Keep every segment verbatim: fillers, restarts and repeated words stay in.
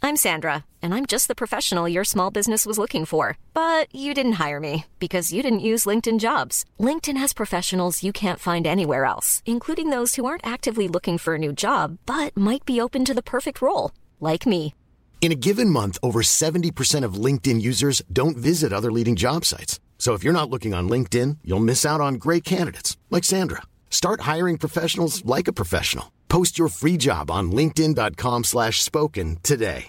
I'm Sandra, and I'm just the professional your small business was looking for. But you didn't hire me because you didn't use LinkedIn Jobs. LinkedIn has professionals you can't find anywhere else, including those who aren't actively looking for a new job, but might be open to the perfect role, like me. In a given month, over seventy percent of LinkedIn users don't visit other leading job sites. So if you're not looking on LinkedIn, you'll miss out on great candidates like Sandra. Start hiring professionals like a professional. Post your free job on linkedin.com slash spoken today.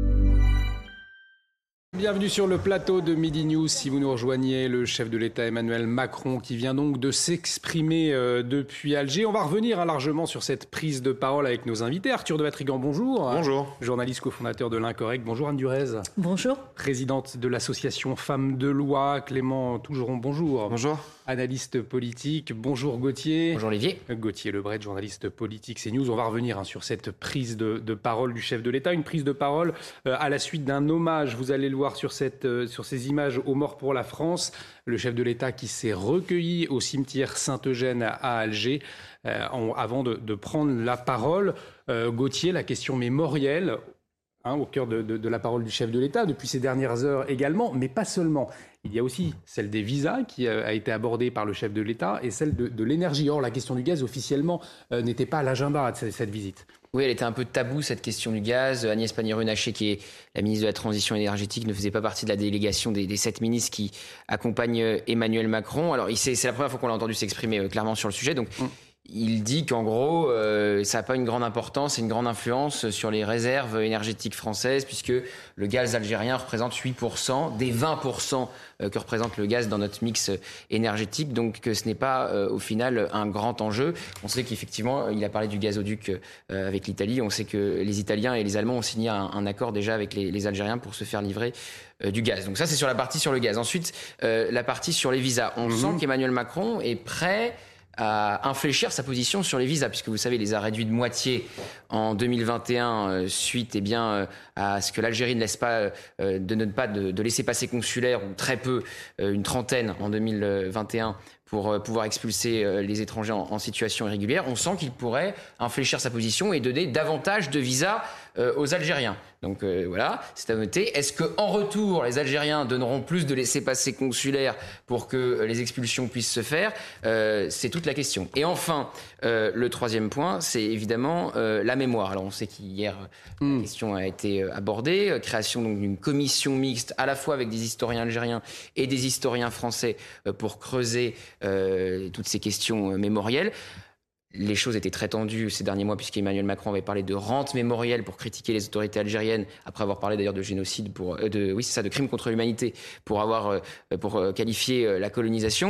Bienvenue sur le plateau de Midi News. Si vous nous rejoignez, le chef de l'État Emmanuel Macron qui vient donc de s'exprimer euh, depuis Alger. On va revenir hein, largement sur cette prise de parole avec nos invités. Arthur de Vatrigan, bonjour. Bonjour. Journaliste cofondateur de l'Incorrect. Bonjour Anne Durez. Bonjour. Présidente de l'association Femmes de Loi. Clément Tougeron, bonjour. Bonjour. Analyste politique. Bonjour Gauthier. Bonjour Olivier. Gauthier Lebret, journaliste politique CNews. On va revenir hein, sur cette prise de, de parole du chef de l'État. Une prise de parole euh, à la suite d'un hommage. Vous allez le voir sur, cette, euh, sur ces images aux morts pour la France. Le chef de l'État qui s'est recueilli au cimetière Saint-Eugène à, à Alger euh, en, avant de, de prendre la parole. Euh, Gauthier, la question mémorielle hein, au cœur de, de, de la parole du chef de l'État depuis ces dernières heures également, mais pas seulement. Il y a aussi celle des visas qui a été abordée par le chef de l'État et celle de, de l'énergie. Or, la question du gaz, officiellement, euh, n'était pas à l'agenda de cette, cette visite. Oui, elle était un peu taboue, cette question du gaz. Agnès Pannier-Runacher, qui est la ministre de la Transition énergétique, ne faisait pas partie de la délégation des, des sept ministres qui accompagnent Emmanuel Macron. Alors, il c'est la première fois qu'on l'a entendu s'exprimer euh, clairement sur le sujet. Donc, mmh. il dit qu'en gros, euh, ça n'a pas une grande importance et une grande influence sur les réserves énergétiques françaises, puisque le gaz algérien représente huit pour cent des vingt pour cent que représente le gaz dans notre mix énergétique. Donc, que ce n'est pas, euh, au final, un grand enjeu. On sait qu'effectivement, il a parlé du gazoduc euh, avec l'Italie. On sait que les Italiens et les Allemands ont signé un, un accord déjà avec les, les Algériens pour se faire livrer euh, du gaz. Donc ça, c'est sur la partie sur le gaz. Ensuite, euh, la partie sur les visas. On mmh. sent qu'Emmanuel Macron est prêt à infléchir sa position sur les visas, puisque vous savez, il les a réduits de moitié en deux mille vingt et un, euh, suite eh bien, euh, à ce que l'Algérie ne laisse pas, euh, de ne pas de, de laisser passer consulaires, ou très peu, euh, une trentaine en deux mille vingt et un, pour euh, pouvoir expulser euh, les étrangers en, en situation irrégulière. On sent qu'il pourrait infléchir sa position et donner davantage de visas euh, aux Algériens. Donc euh, voilà, c'est à noter. Est-ce qu'en retour, les Algériens donneront plus de laissez-passer consulaires pour que les expulsions puissent se faire? euh, C'est toute la question. Et enfin, euh, le troisième point, c'est évidemment euh, la mémoire. Alors on sait qu'hier, mmh. la question a été abordée. Euh, création donc d'une commission mixte, à la fois avec des historiens algériens et des historiens français, euh, pour creuser euh, toutes ces questions euh, mémorielles. Les choses étaient très tendues ces derniers mois, puisqu'Emmanuel Macron avait parlé de rente mémorielle pour critiquer les autorités algériennes, après avoir parlé d'ailleurs de génocide, pour, euh, de, oui c'est ça, de crime contre l'humanité, pour avoir euh, pour euh, qualifier euh, la colonisation.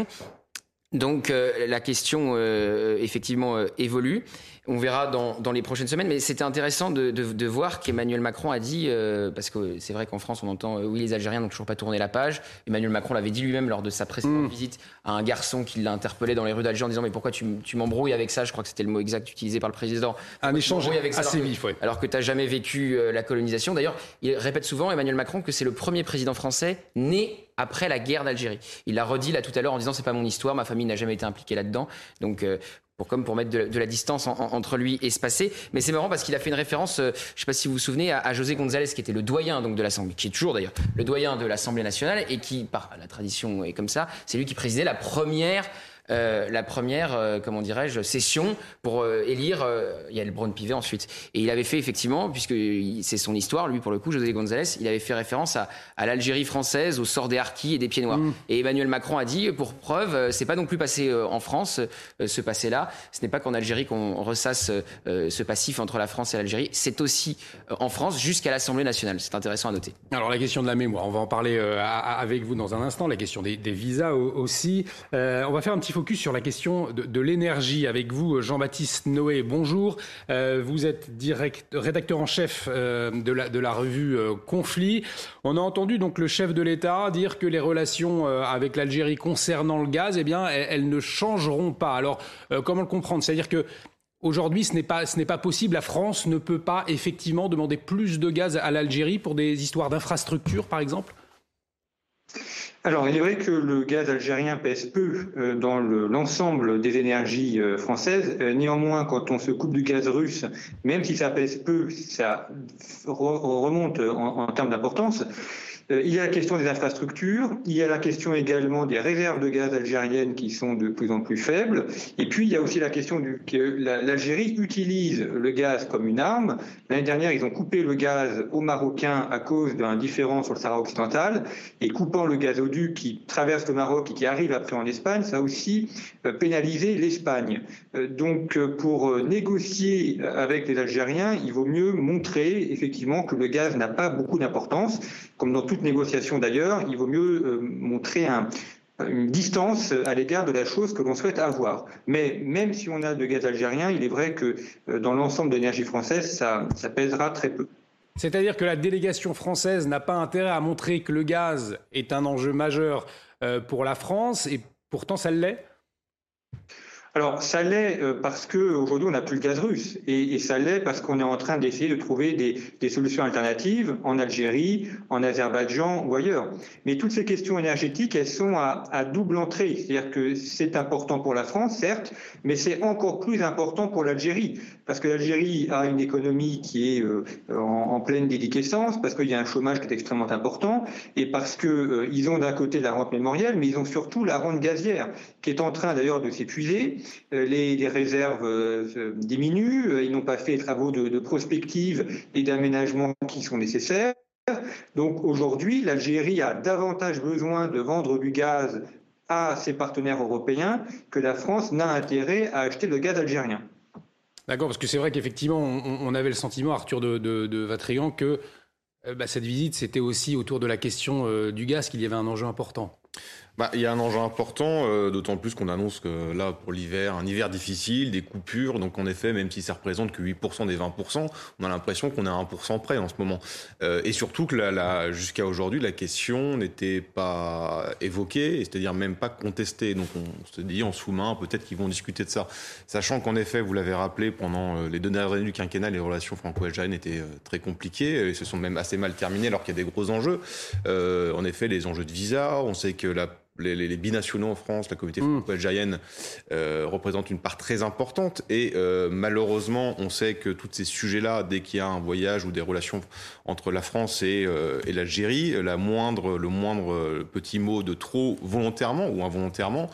Donc euh, la question euh, effectivement euh, évolue. On verra dans, dans les prochaines semaines, mais c'était intéressant de, de, de voir qu'Emmanuel Macron a dit, euh, parce que c'est vrai qu'en France on entend euh, oui les Algériens n'ont toujours pas tourné la page. Emmanuel Macron l'avait dit lui-même lors de sa précédente mmh. visite à un garçon qui l'a interpellé dans les rues d'Alger en disant mais pourquoi tu, tu m'embrouilles avec ça? Je crois que c'était le mot exact utilisé par le président. Un échange avec ça, assez vif, oui. Alors que tu n'as jamais vécu euh, la colonisation. D'ailleurs, il répète souvent, Emmanuel Macron, que c'est le premier président français né après la guerre d'Algérie. Il l'a redit là tout à l'heure en disant c'est pas mon histoire, ma famille n'a jamais été impliquée là-dedans. Donc euh, pour comme pour mettre de, de la distance en, en, entre lui et ce passé. Mais c'est marrant parce qu'il a fait une référence, euh, je ne sais pas si vous vous souvenez, à, à José González, qui était le doyen donc de l'Assemblée, qui est toujours d'ailleurs le doyen de l'Assemblée nationale et qui, par la tradition est comme ça, c'est lui qui présidait la première Euh, la première, euh, comment dirais-je, session pour euh, élire euh, Yael Braun-Pivet ensuite. Et il avait fait effectivement, puisque c'est son histoire, lui pour le coup, José González, il avait fait référence à, à l'Algérie française, au sort des harkis et des pieds noirs. Mmh. Et Emmanuel Macron a dit, pour preuve, euh, c'est pas non plus passé euh, en France, euh, ce passé-là. Ce n'est pas qu'en Algérie qu'on ressasse euh, ce passif entre la France et l'Algérie. C'est aussi euh, en France jusqu'à l'Assemblée nationale. C'est intéressant à noter. Alors la question de la mémoire, on va en parler euh, avec vous dans un instant. La question des, des visas aussi. Euh, on va faire un petit focus sur la question de, de l'énergie avec vous, Jean-Baptiste Noé. Bonjour, euh, vous êtes direct, rédacteur en chef euh, de, la, de la revue euh, Conflit. On a entendu donc le chef de l'État dire que les relations euh, avec l'Algérie concernant le gaz, eh bien, elles, elles ne changeront pas. Alors, euh, comment le comprendre? C'est-à-dire que aujourd'hui, ce n'est pas, ce n'est pas possible. La France ne peut pas effectivement demander plus de gaz à l'Algérie pour des histoires d'infrastructures, par exemple? Alors, il est vrai que le gaz algérien pèse peu euh, dans le, l'ensemble des énergies euh, françaises. Euh, néanmoins, quand on se coupe du gaz russe, même si ça pèse peu, ça re- remonte en, en termes d'importance. Euh, il y a la question des infrastructures, il y a la question également des réserves de gaz algériennes qui sont de plus en plus faibles, et puis il y a aussi la question du, que la, l'Algérie utilise le gaz comme une arme. L'année dernière, ils ont coupé le gaz aux Marocains à cause d'un différend sur le Sahara occidental, et coupant le gazoduc qui traverse le Maroc et qui arrive après en Espagne, ça a aussi euh, pénalisé l'Espagne. Euh, donc euh, pour euh, négocier avec les Algériens, il vaut mieux montrer effectivement que le gaz n'a pas beaucoup d'importance. Comme dans toute négociation d'ailleurs, il vaut mieux euh, montrer un, une distance à l'égard de la chose que l'on souhaite avoir. Mais même si on a de gaz algérien, il est vrai que euh, dans l'ensemble de l'énergie française, ça, ça pèsera très peu. C'est-à-dire que la délégation française n'a pas intérêt à montrer que le gaz est un enjeu majeur euh, pour la France, et pourtant ça l'est ? Alors, ça l'est parce qu'aujourd'hui, on n'a plus le gaz russe. Et, et ça l'est parce qu'on est en train d'essayer de trouver des, des solutions alternatives en Algérie, en Azerbaïdjan ou ailleurs. Mais toutes ces questions énergétiques, elles sont à, à double entrée. C'est-à-dire que c'est important pour la France, certes, mais c'est encore plus important pour l'Algérie. Parce que l'Algérie a une économie qui est euh, en, en pleine déliquescence, parce qu'il y a un chômage qui est extrêmement important, et parce qu'ils euh, ont d'un côté la rente mémorielle, mais ils ont surtout la rente gazière, qui est en train d'ailleurs de s'épuiser. Les, les réserves euh, diminuent, ils n'ont pas fait les travaux de, de prospective et d'aménagement qui sont nécessaires. Donc aujourd'hui, l'Algérie a davantage besoin de vendre du gaz à ses partenaires européens que la France n'a intérêt à acheter le gaz algérien. D'accord, parce que c'est vrai qu'effectivement, on, on avait le sentiment, Arthur de, de, de Vatrigan, que euh, bah, cette visite, c'était aussi autour de la question euh, du gaz qu'il y avait un enjeu important. Bah, il y a un enjeu important, euh, d'autant plus qu'on annonce que là, pour l'hiver, un hiver difficile, des coupures. Donc, en effet, même si ça représente que huit pour cent des vingt pour cent, on a l'impression qu'on est à un pour cent près en ce moment. Euh, et surtout que la, la, jusqu'à aujourd'hui, la question n'était pas évoquée, c'est-à-dire même pas contestée. Donc, on se dit en sous-main, peut-être qu'ils vont discuter de ça. Sachant qu'en effet, vous l'avez rappelé, pendant les deux dernières années du quinquennat, les relations franco-algériennes étaient très compliquées et se sont même assez mal terminées alors qu'il y a des gros enjeux. Euh, en effet, les enjeux de visa, on sait que la Les, les, les binationaux en France, la communauté franco-algérienne euh, représente une part très importante et euh, malheureusement on sait que tous ces sujets-là, dès qu'il y a un voyage ou des relations entre la France et, euh, et l'Algérie, la moindre, le moindre petit mot de trop volontairement ou involontairement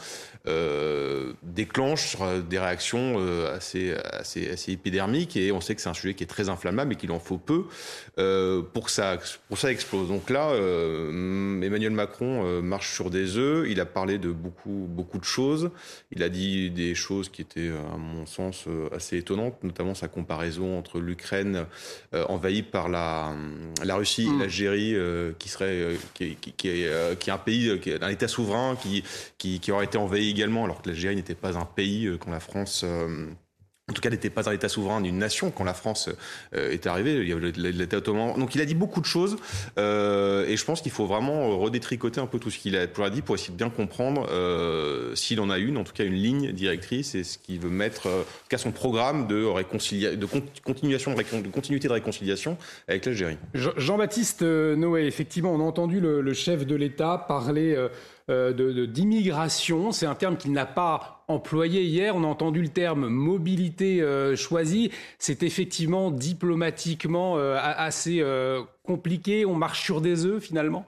euh, déclenche des réactions euh, assez, assez, assez épidermiques et on sait que c'est un sujet qui est très inflammable et qu'il en faut peu euh, pour que ça, pour que ça explose. Donc là, euh, Emmanuel Macron euh, marche sur des œufs. Il a parlé de beaucoup, beaucoup de choses. Il a dit des choses qui étaient, à mon sens, assez étonnantes, notamment sa comparaison entre l'Ukraine euh, envahie par la, la Russie et l'Algérie, euh, qui serait, euh, qui, qui, qui, est, euh, qui est un pays, qui est un État souverain, qui, qui, qui aurait été envahi également, alors que l'Algérie n'était pas un pays euh, quand la France. Euh, En tout cas, n'était pas un État souverain d'une nation quand la France euh, est arrivée. Il y avait l'État ottoman. Donc, il a dit beaucoup de choses. Euh, et je pense qu'il faut vraiment redétricoter un peu tout ce qu'il a, a dit pour essayer de bien comprendre euh, s'il en a une, en tout cas une ligne directrice, et ce qu'il veut mettre, euh, en tout cas son programme de, réconcilia- de, continuation, de continuité de réconciliation avec l'Algérie. Jean-Baptiste Noé, effectivement, on a entendu le, le chef de l'État parler euh, de, de, d'immigration. C'est un terme qu'il n'a pas employé hier. On a entendu le terme mobilité euh, choisie. C'est effectivement diplomatiquement euh, assez euh, compliqué. On marche sur des œufs finalement.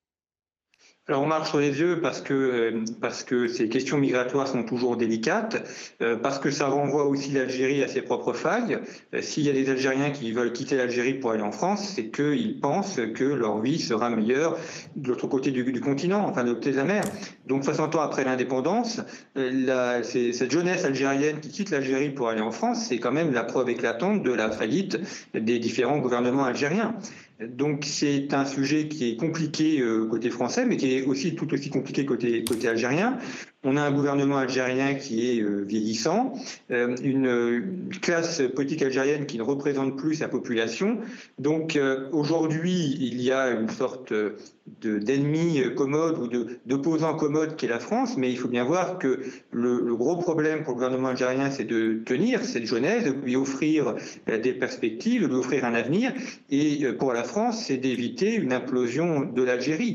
Alors on marche sur les yeux parce que, parce que ces questions migratoires sont toujours délicates, euh, parce que ça renvoie aussi l'Algérie à ses propres failles. Euh, s'il y a des Algériens qui veulent quitter l'Algérie pour aller en France, c'est qu'ils pensent que leur vie sera meilleure de l'autre côté du, du continent, enfin de l'autre côté de la mer. Donc soixante ans après l'indépendance, euh, la, c'est, cette jeunesse algérienne qui quitte l'Algérie pour aller en France, c'est quand même la preuve éclatante de la faillite des différents gouvernements algériens. Donc c'est un sujet qui est compliqué euh, côté français, mais qui est aussi tout aussi compliqué côté, côté algérien. On a un gouvernement algérien qui est euh, vieillissant, euh, une, une classe politique algérienne qui ne représente plus sa population. Donc euh, aujourd'hui, il y a une sorte de, d'ennemi commode ou de, d'opposant commode qui est la France, mais il faut bien voir que le, le gros problème pour le gouvernement algérien, c'est de tenir cette jeunesse, de lui offrir euh, des perspectives, de lui offrir un avenir, et euh, pour la France, c'est d'éviter une implosion de l'Algérie.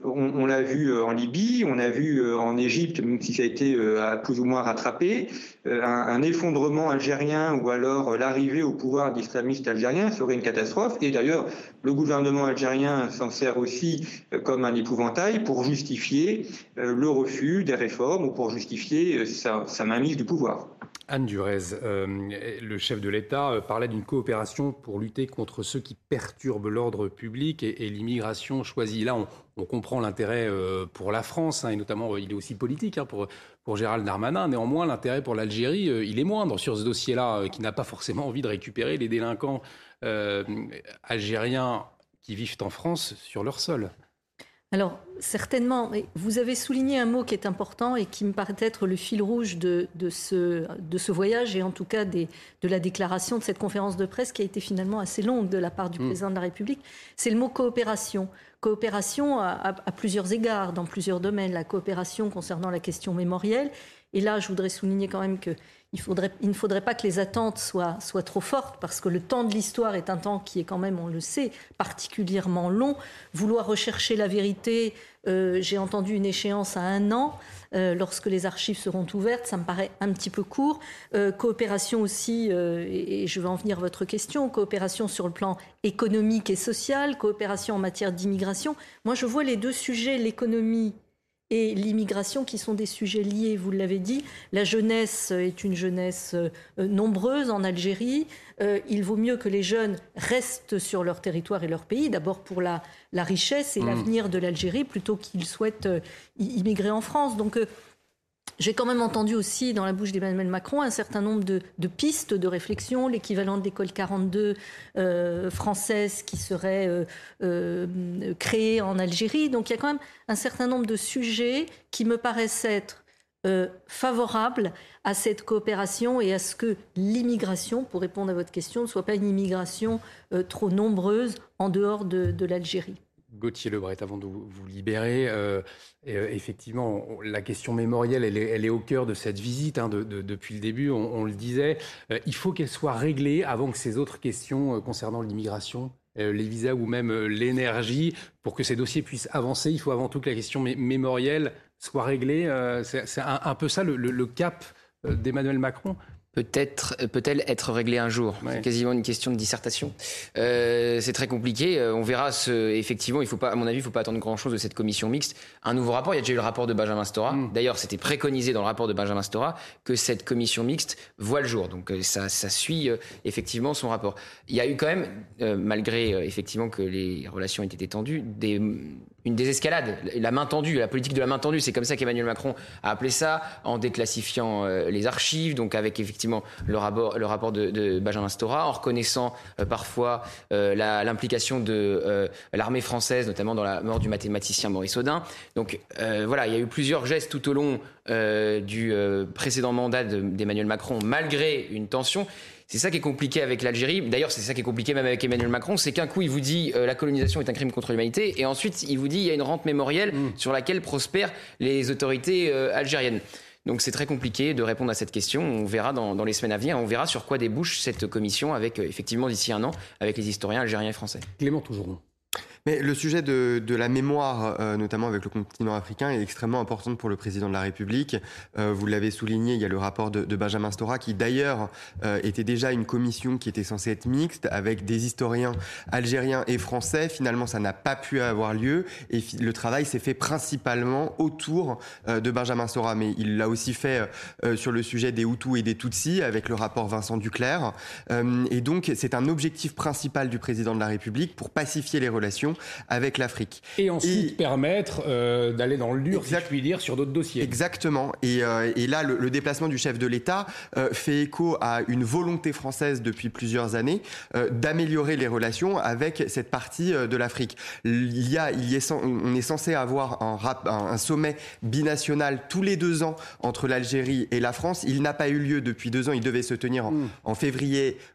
On, on l'a vu en Libye, on a vu en Égypte, même si ça a été euh, plus ou moins rattrapé, euh, un, un effondrement algérien ou alors l'arrivée au pouvoir d'islamistes algériens serait une catastrophe. Et d'ailleurs, le gouvernement algérien s'en sert aussi euh, comme un épouvantail pour justifier euh, le refus des réformes ou pour justifier euh, sa, sa mainmise du pouvoir. Anne Durez, euh, le chef de l'État parlait d'une coopération pour lutter contre ceux qui perturbent l'ordre public et, et l'immigration choisie. Là, on, on comprend l'intérêt euh, pour la France, hein, et notamment, il est aussi politique hein, pour, pour Gérald Darmanin. Néanmoins, l'intérêt pour l'Algérie, euh, il est moindre sur ce dossier-là, euh, qui n'a pas forcément envie de récupérer les délinquants euh, algériens qui vivent en France sur leur sol. Alors, certainement, vous avez souligné un mot qui est important et qui me paraît être le fil rouge de, de, ce, de ce voyage et en tout cas des, de la déclaration de cette conférence de presse qui a été finalement assez longue de la part du mmh. président de la République. C'est le mot coopération. Coopération à, à, à plusieurs égards, dans plusieurs domaines. La coopération concernant la question mémorielle. Et là, je voudrais souligner quand même qu'il faudrait, il ne faudrait pas que les attentes soient, soient trop fortes, parce que le temps de l'histoire est un temps qui est quand même, on le sait, particulièrement long. Vouloir rechercher la vérité, euh, j'ai entendu une échéance à un an, euh, lorsque les archives seront ouvertes, ça me paraît un petit peu court. Euh, coopération aussi, euh, et, et je vais en venir à votre question, coopération sur le plan économique et social, coopération en matière d'immigration. Moi, je vois les deux sujets, l'économie et l'immigration, qui sont des sujets liés, vous l'avez dit. La jeunesse est une jeunesse nombreuse en Algérie. Euh, il vaut mieux que les jeunes restent sur leur territoire et leur pays, d'abord pour la, la richesse et mmh. l'avenir de l'Algérie, plutôt qu'ils souhaitent euh, immigrer en France. Donc, euh, j'ai quand même entendu aussi dans la bouche d'Emmanuel Macron un certain nombre de, de pistes de réflexion, l'équivalent de l'école quarante-deux euh, française qui serait euh, euh, créée en Algérie. Donc il y a quand même un certain nombre de sujets qui me paraissent être euh, favorables à cette coopération et à ce que l'immigration, pour répondre à votre question, ne soit pas une immigration euh, trop nombreuse en dehors de, de l'Algérie. Gauthier Lebret, avant de vous, vous libérer, euh, euh, effectivement, on, la question mémorielle, elle est, elle est au cœur de cette visite, hein, de, de, depuis le début, on, on le disait. Euh, il faut qu'elle soit réglée avant que ces autres questions euh, concernant l'immigration, euh, les visas ou même euh, l'énergie, pour que ces dossiers puissent avancer, il faut avant tout que la question mé- mémorielle soit réglée. Euh, c'est c'est un, un peu ça le, le, le cap euh, d'Emmanuel Macron. Peut-être, peut-elle être réglée un jour. Ouais. C'est quasiment une question de dissertation. Euh, c'est très compliqué. On verra. Ce, effectivement, il faut pas, à mon avis, il ne faut pas attendre grand-chose de cette commission mixte. Un nouveau rapport. Il y a déjà eu le rapport de Benjamin Stora. Mmh. D'ailleurs, c'était préconisé dans le rapport de Benjamin Stora que cette commission mixte voit le jour. Donc, ça, ça suit euh, effectivement son rapport. Il y a eu quand même, euh, malgré euh, effectivement que les relations étaient détendues, des une désescalade, la main tendue, la politique de la main tendue, c'est comme ça qu'Emmanuel Macron a appelé ça, en déclassifiant euh, les archives, donc avec effectivement le rapport, le rapport de, de Benjamin Stora, en reconnaissant euh, parfois euh, la, l'implication de euh, l'armée française, notamment dans la mort du mathématicien Maurice Audin. Donc euh, voilà, il y a eu plusieurs gestes tout au long euh, du euh, précédent mandat de, d'Emmanuel Macron, malgré une tension. C'est ça qui est compliqué avec l'Algérie. D'ailleurs, c'est ça qui est compliqué même avec Emmanuel Macron. C'est qu'un coup, il vous dit euh, la colonisation est un crime contre l'humanité. Et ensuite, il vous dit il y a une rente mémorielle mmh. sur laquelle prospèrent les autorités euh, algériennes. Donc c'est très compliqué de répondre à cette question. On verra dans, dans les semaines à venir. On verra sur quoi débouche cette commission avec, euh, effectivement, d'ici un an, avec les historiens algériens et français. Clément Tougeron. Mais le sujet de, de la mémoire, euh, notamment avec le continent africain, est extrêmement important pour le président de la République. Euh, vous l'avez souligné, il y a le rapport de, de Benjamin Stora, qui d'ailleurs euh, était déjà une commission qui était censée être mixte, avec des historiens algériens et français. Finalement, ça n'a pas pu avoir lieu, et fi- le travail s'est fait principalement autour euh, de Benjamin Stora. Mais il l'a aussi fait euh, sur le sujet des Hutus et des Tutsis, avec le rapport Vincent Duclerc. Euh, et donc, c'est un objectif principal du président de la République pour pacifier les relations avec l'Afrique. Et ensuite et... permettre euh, d'aller dans le dur, exact... si je puis dire, sur d'autres dossiers. Exactement. Et, euh, et là, le, le déplacement du chef de l'État euh, fait écho à une volonté française depuis plusieurs années euh, d'améliorer les relations avec cette partie euh, de l'Afrique. Il y a, il y est, on est censé avoir un, rap, un, un sommet binational tous les deux ans entre l'Algérie et la France. Il n'a pas eu lieu depuis deux ans. Il devait se tenir en, mmh. en février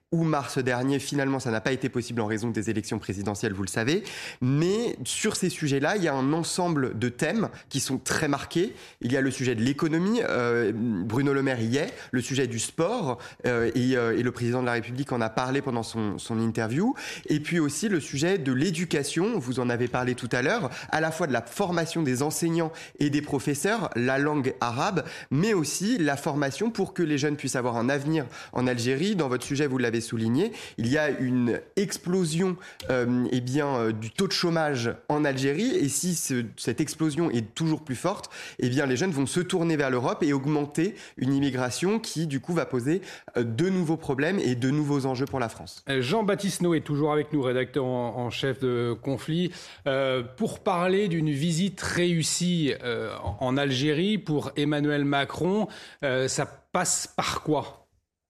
ou mars dernier. Finalement, ça n'a pas été possible en raison des élections présidentielles, vous le savez. Mais sur ces sujets-là, il y a un ensemble de thèmes qui sont très marqués. Il y a le sujet de l'économie, euh, Bruno Le Maire y est, le sujet du sport, euh, et, euh, et le président de la République en a parlé pendant son, son interview. Et puis aussi le sujet de l'éducation, vous en avez parlé tout à l'heure, à la fois de la formation des enseignants et des professeurs, la langue arabe, mais aussi la formation pour que les jeunes puissent avoir un avenir en Algérie. Dans votre sujet, vous l'avez souligné, il y a une explosion euh, eh bien, euh, du taux de chômage en Algérie, et si ce, cette explosion est toujours plus forte, eh bien, les jeunes vont se tourner vers l'Europe et augmenter une immigration qui, du coup, va poser euh, de nouveaux problèmes et de nouveaux enjeux pour la France. Jean-Baptiste Noé est toujours avec nous, rédacteur en, en chef de Conflit, euh, pour parler d'une visite réussie euh, en Algérie pour Emmanuel Macron. Euh, ça passe par quoi ?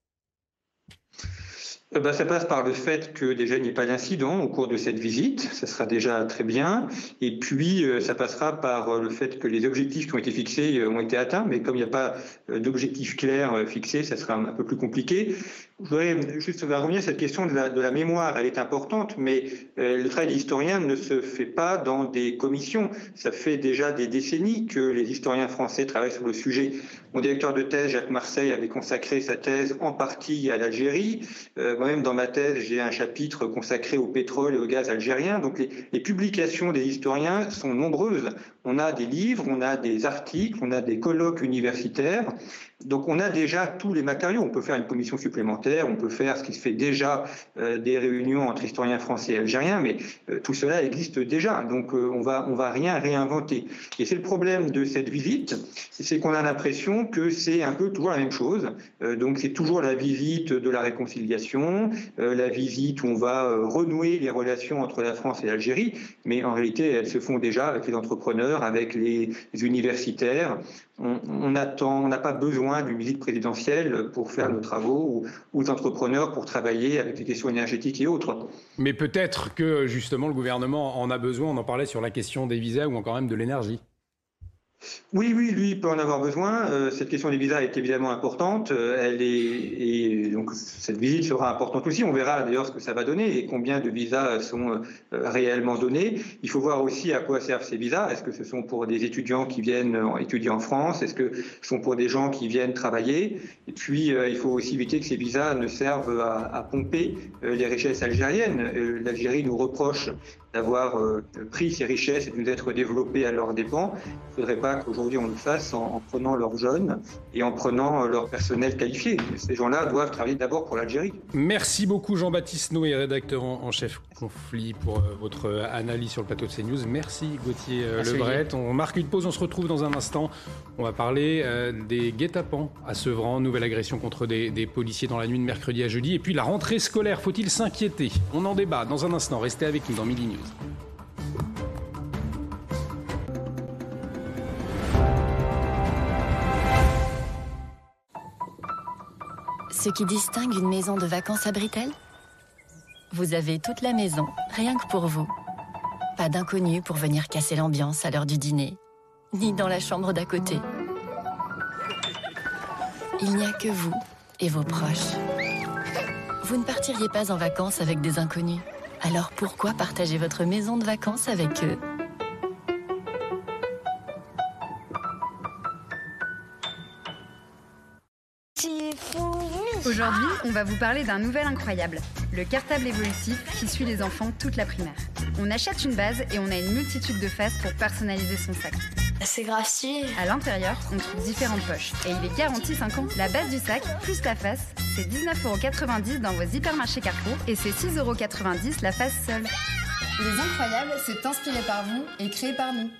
Ben, ça passe par le fait que déjà il n'y ait pas d'incident au cours de cette visite, ça sera déjà très bien, et puis ça passera par le fait que les objectifs qui ont été fixés ont été atteints, mais comme il n'y a pas d'objectifs clairs fixés, ça sera un peu plus compliqué. Je voudrais juste revenir à cette question de la, de la mémoire, elle est importante, mais euh, le travail des historiens ne se fait pas dans des commissions. Ça fait déjà des décennies que les historiens français travaillent sur le sujet. Mon directeur de thèse, Jacques Marseille, avait consacré sa thèse en partie à l'Algérie. Euh, moi-même, dans ma thèse, j'ai un chapitre consacré au pétrole et au gaz algérien. Donc les, les publications des historiens sont nombreuses. On a des livres, on a des articles, on a des colloques universitaires. Donc on a déjà tous les matériaux. On peut faire une commission supplémentaire, on peut faire ce qui se fait déjà, euh, des réunions entre historiens français et algériens, mais euh, tout cela existe déjà. Donc euh, on va on va rien réinventer. Et c'est le problème de cette visite, c'est qu'on a l'impression que c'est un peu toujours la même chose. Euh, donc c'est toujours la visite de la réconciliation, euh, la visite où on va euh, renouer les relations entre la France et l'Algérie, mais en réalité elles se font déjà avec les entrepreneurs, avec les universitaires. On, on attend, on n'a pas besoin d'une visite présidentielle pour faire nos travaux ou, ou d'entrepreneurs pour travailler avec les questions énergétiques et autres. Mais peut-être que justement le gouvernement en a besoin, on en parlait sur la question des visas ou encore même de l'énergie. Oui, oui, lui il peut en avoir besoin. Euh, cette question des visas est évidemment importante. Euh, elle est, et donc cette visite sera importante aussi. On verra d'ailleurs ce que ça va donner et combien de visas sont euh, réellement donnés. Il faut voir aussi à quoi servent ces visas. Est-ce que ce sont pour des étudiants qui viennent étudier en France ? Est-ce que ce sont pour des gens qui viennent travailler ? Et puis euh, il faut aussi éviter que ces visas ne servent à, à pomper euh, les richesses algériennes. Euh, L'Algérie nous reproche d'avoir euh, pris ces richesses et de nous être développés à leurs dépens. Il ne faudrait pas qu'aujourd'hui on le fasse en, en prenant leurs jeunes et en prenant euh, leur personnel qualifié. Ces gens-là doivent travailler d'abord pour l'Algérie. Merci beaucoup Jean-Baptiste Noé, rédacteur en, en chef Conflit, pour euh, votre analyse sur le plateau de CNews. Merci Gauthier euh, Lebret. On marque une pause, on se retrouve dans un instant. On va parler euh, des guet-apens à Sevran, nouvelle agression contre des, des policiers dans la nuit de mercredi à jeudi. Et puis la rentrée scolaire, faut-il s'inquiéter ? On en débat dans un instant. Restez avec nous dans Midi News. Ce qui distingue une maison de vacances à Britel ? Vous avez toute la maison, rien que pour vous. Pas d'inconnus pour venir casser l'ambiance à l'heure du dîner, ni dans la chambre d'à côté. Il n'y a que vous et vos proches. Vous ne partiriez pas en vacances avec des inconnus. Alors pourquoi partager votre maison de vacances avec eux ? Aujourd'hui, on va vous parler d'un nouvel incroyable, le cartable évolutif qui suit les enfants toute la primaire. On achète une base et on a une multitude de faces pour personnaliser son sac. C'est grave stylé. À l'intérieur, on trouve différentes poches et il est garanti cinq ans. La base du sac plus la face, c'est dix-neuf euros quatre-vingt-dix dans vos hypermarchés Carrefour et c'est six euros quatre-vingt-dix la face seule. Les Incroyables, c'est inspiré par vous et créé par nous.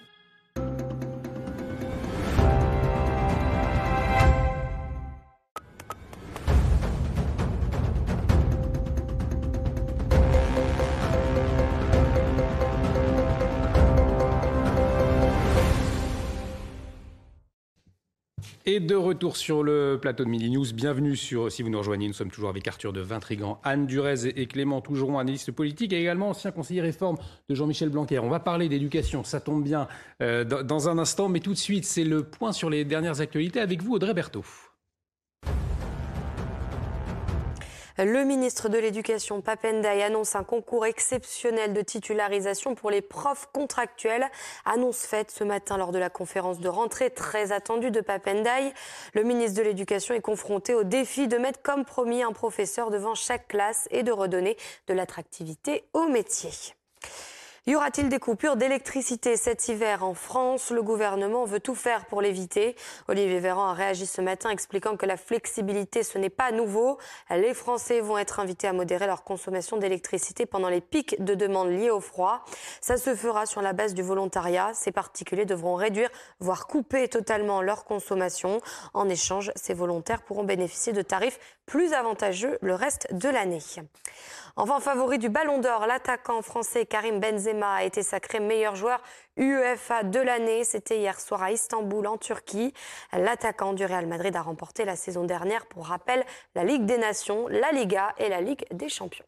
Et de retour sur le plateau de Midi News, bienvenue sur, si vous nous rejoignez, nous sommes toujours avec Arthur de Vintrigan, Anne Durez et Clément Tougeron, analyste politique, et également ancien conseiller réforme de Jean-Michel Blanquer. On va parler d'éducation, ça tombe bien, euh, dans un instant, mais tout de suite, c'est le point sur les dernières actualités avec vous, Audrey Berthaud. Le ministre de l'Éducation, Pap Ndiaye, annonce un concours exceptionnel de titularisation pour les profs contractuels. Annonce faite ce matin lors de la conférence de rentrée très attendue de Pap Ndiaye. Le ministre de l'Éducation est confronté au défi de mettre comme promis un professeur devant chaque classe et de redonner de l'attractivité au métier. Y aura-t-il des coupures d'électricité cet hiver en France ? Le gouvernement veut tout faire pour l'éviter. Olivier Véran a réagi ce matin expliquant que la flexibilité, ce n'est pas nouveau. Les Français vont être invités à modérer leur consommation d'électricité pendant les pics de demande liés au froid. Ça se fera sur la base du volontariat. Ces particuliers devront réduire, voire couper totalement leur consommation. En échange, ces volontaires pourront bénéficier de tarifs plus avantageux le reste de l'année. Enfin, favori du Ballon d'Or, l'attaquant français Karim Benzema a été sacré meilleur joueur UEFA de l'année. C'était hier soir à Istanbul, en Turquie. L'attaquant du Real Madrid a remporté la saison dernière, pour rappel, la Ligue des Nations, la Liga et la Ligue des Champions.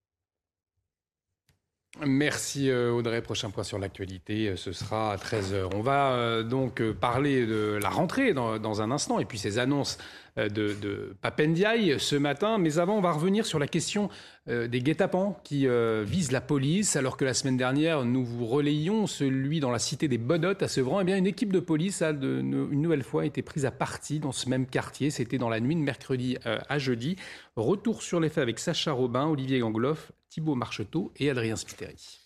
Merci Audrey. Prochain point sur l'actualité, ce sera à treize heures. On va donc parler de la rentrée dans, dans un instant et puis ces annonces de, de Pap Ndiaye ce matin. Mais avant, on va revenir sur la question des guet-apens qui visent la police. Alors que la semaine dernière, nous vous relayions celui dans la cité des Bodottes à Sevran. Eh bien, une équipe de police a de, une nouvelle fois été prise à partie dans ce même quartier. C'était dans la nuit de mercredi à jeudi. Retour sur les faits avec Sacha Robin, Olivier Gangloff, Thibaut Marcheteau et Adrien Spiteri.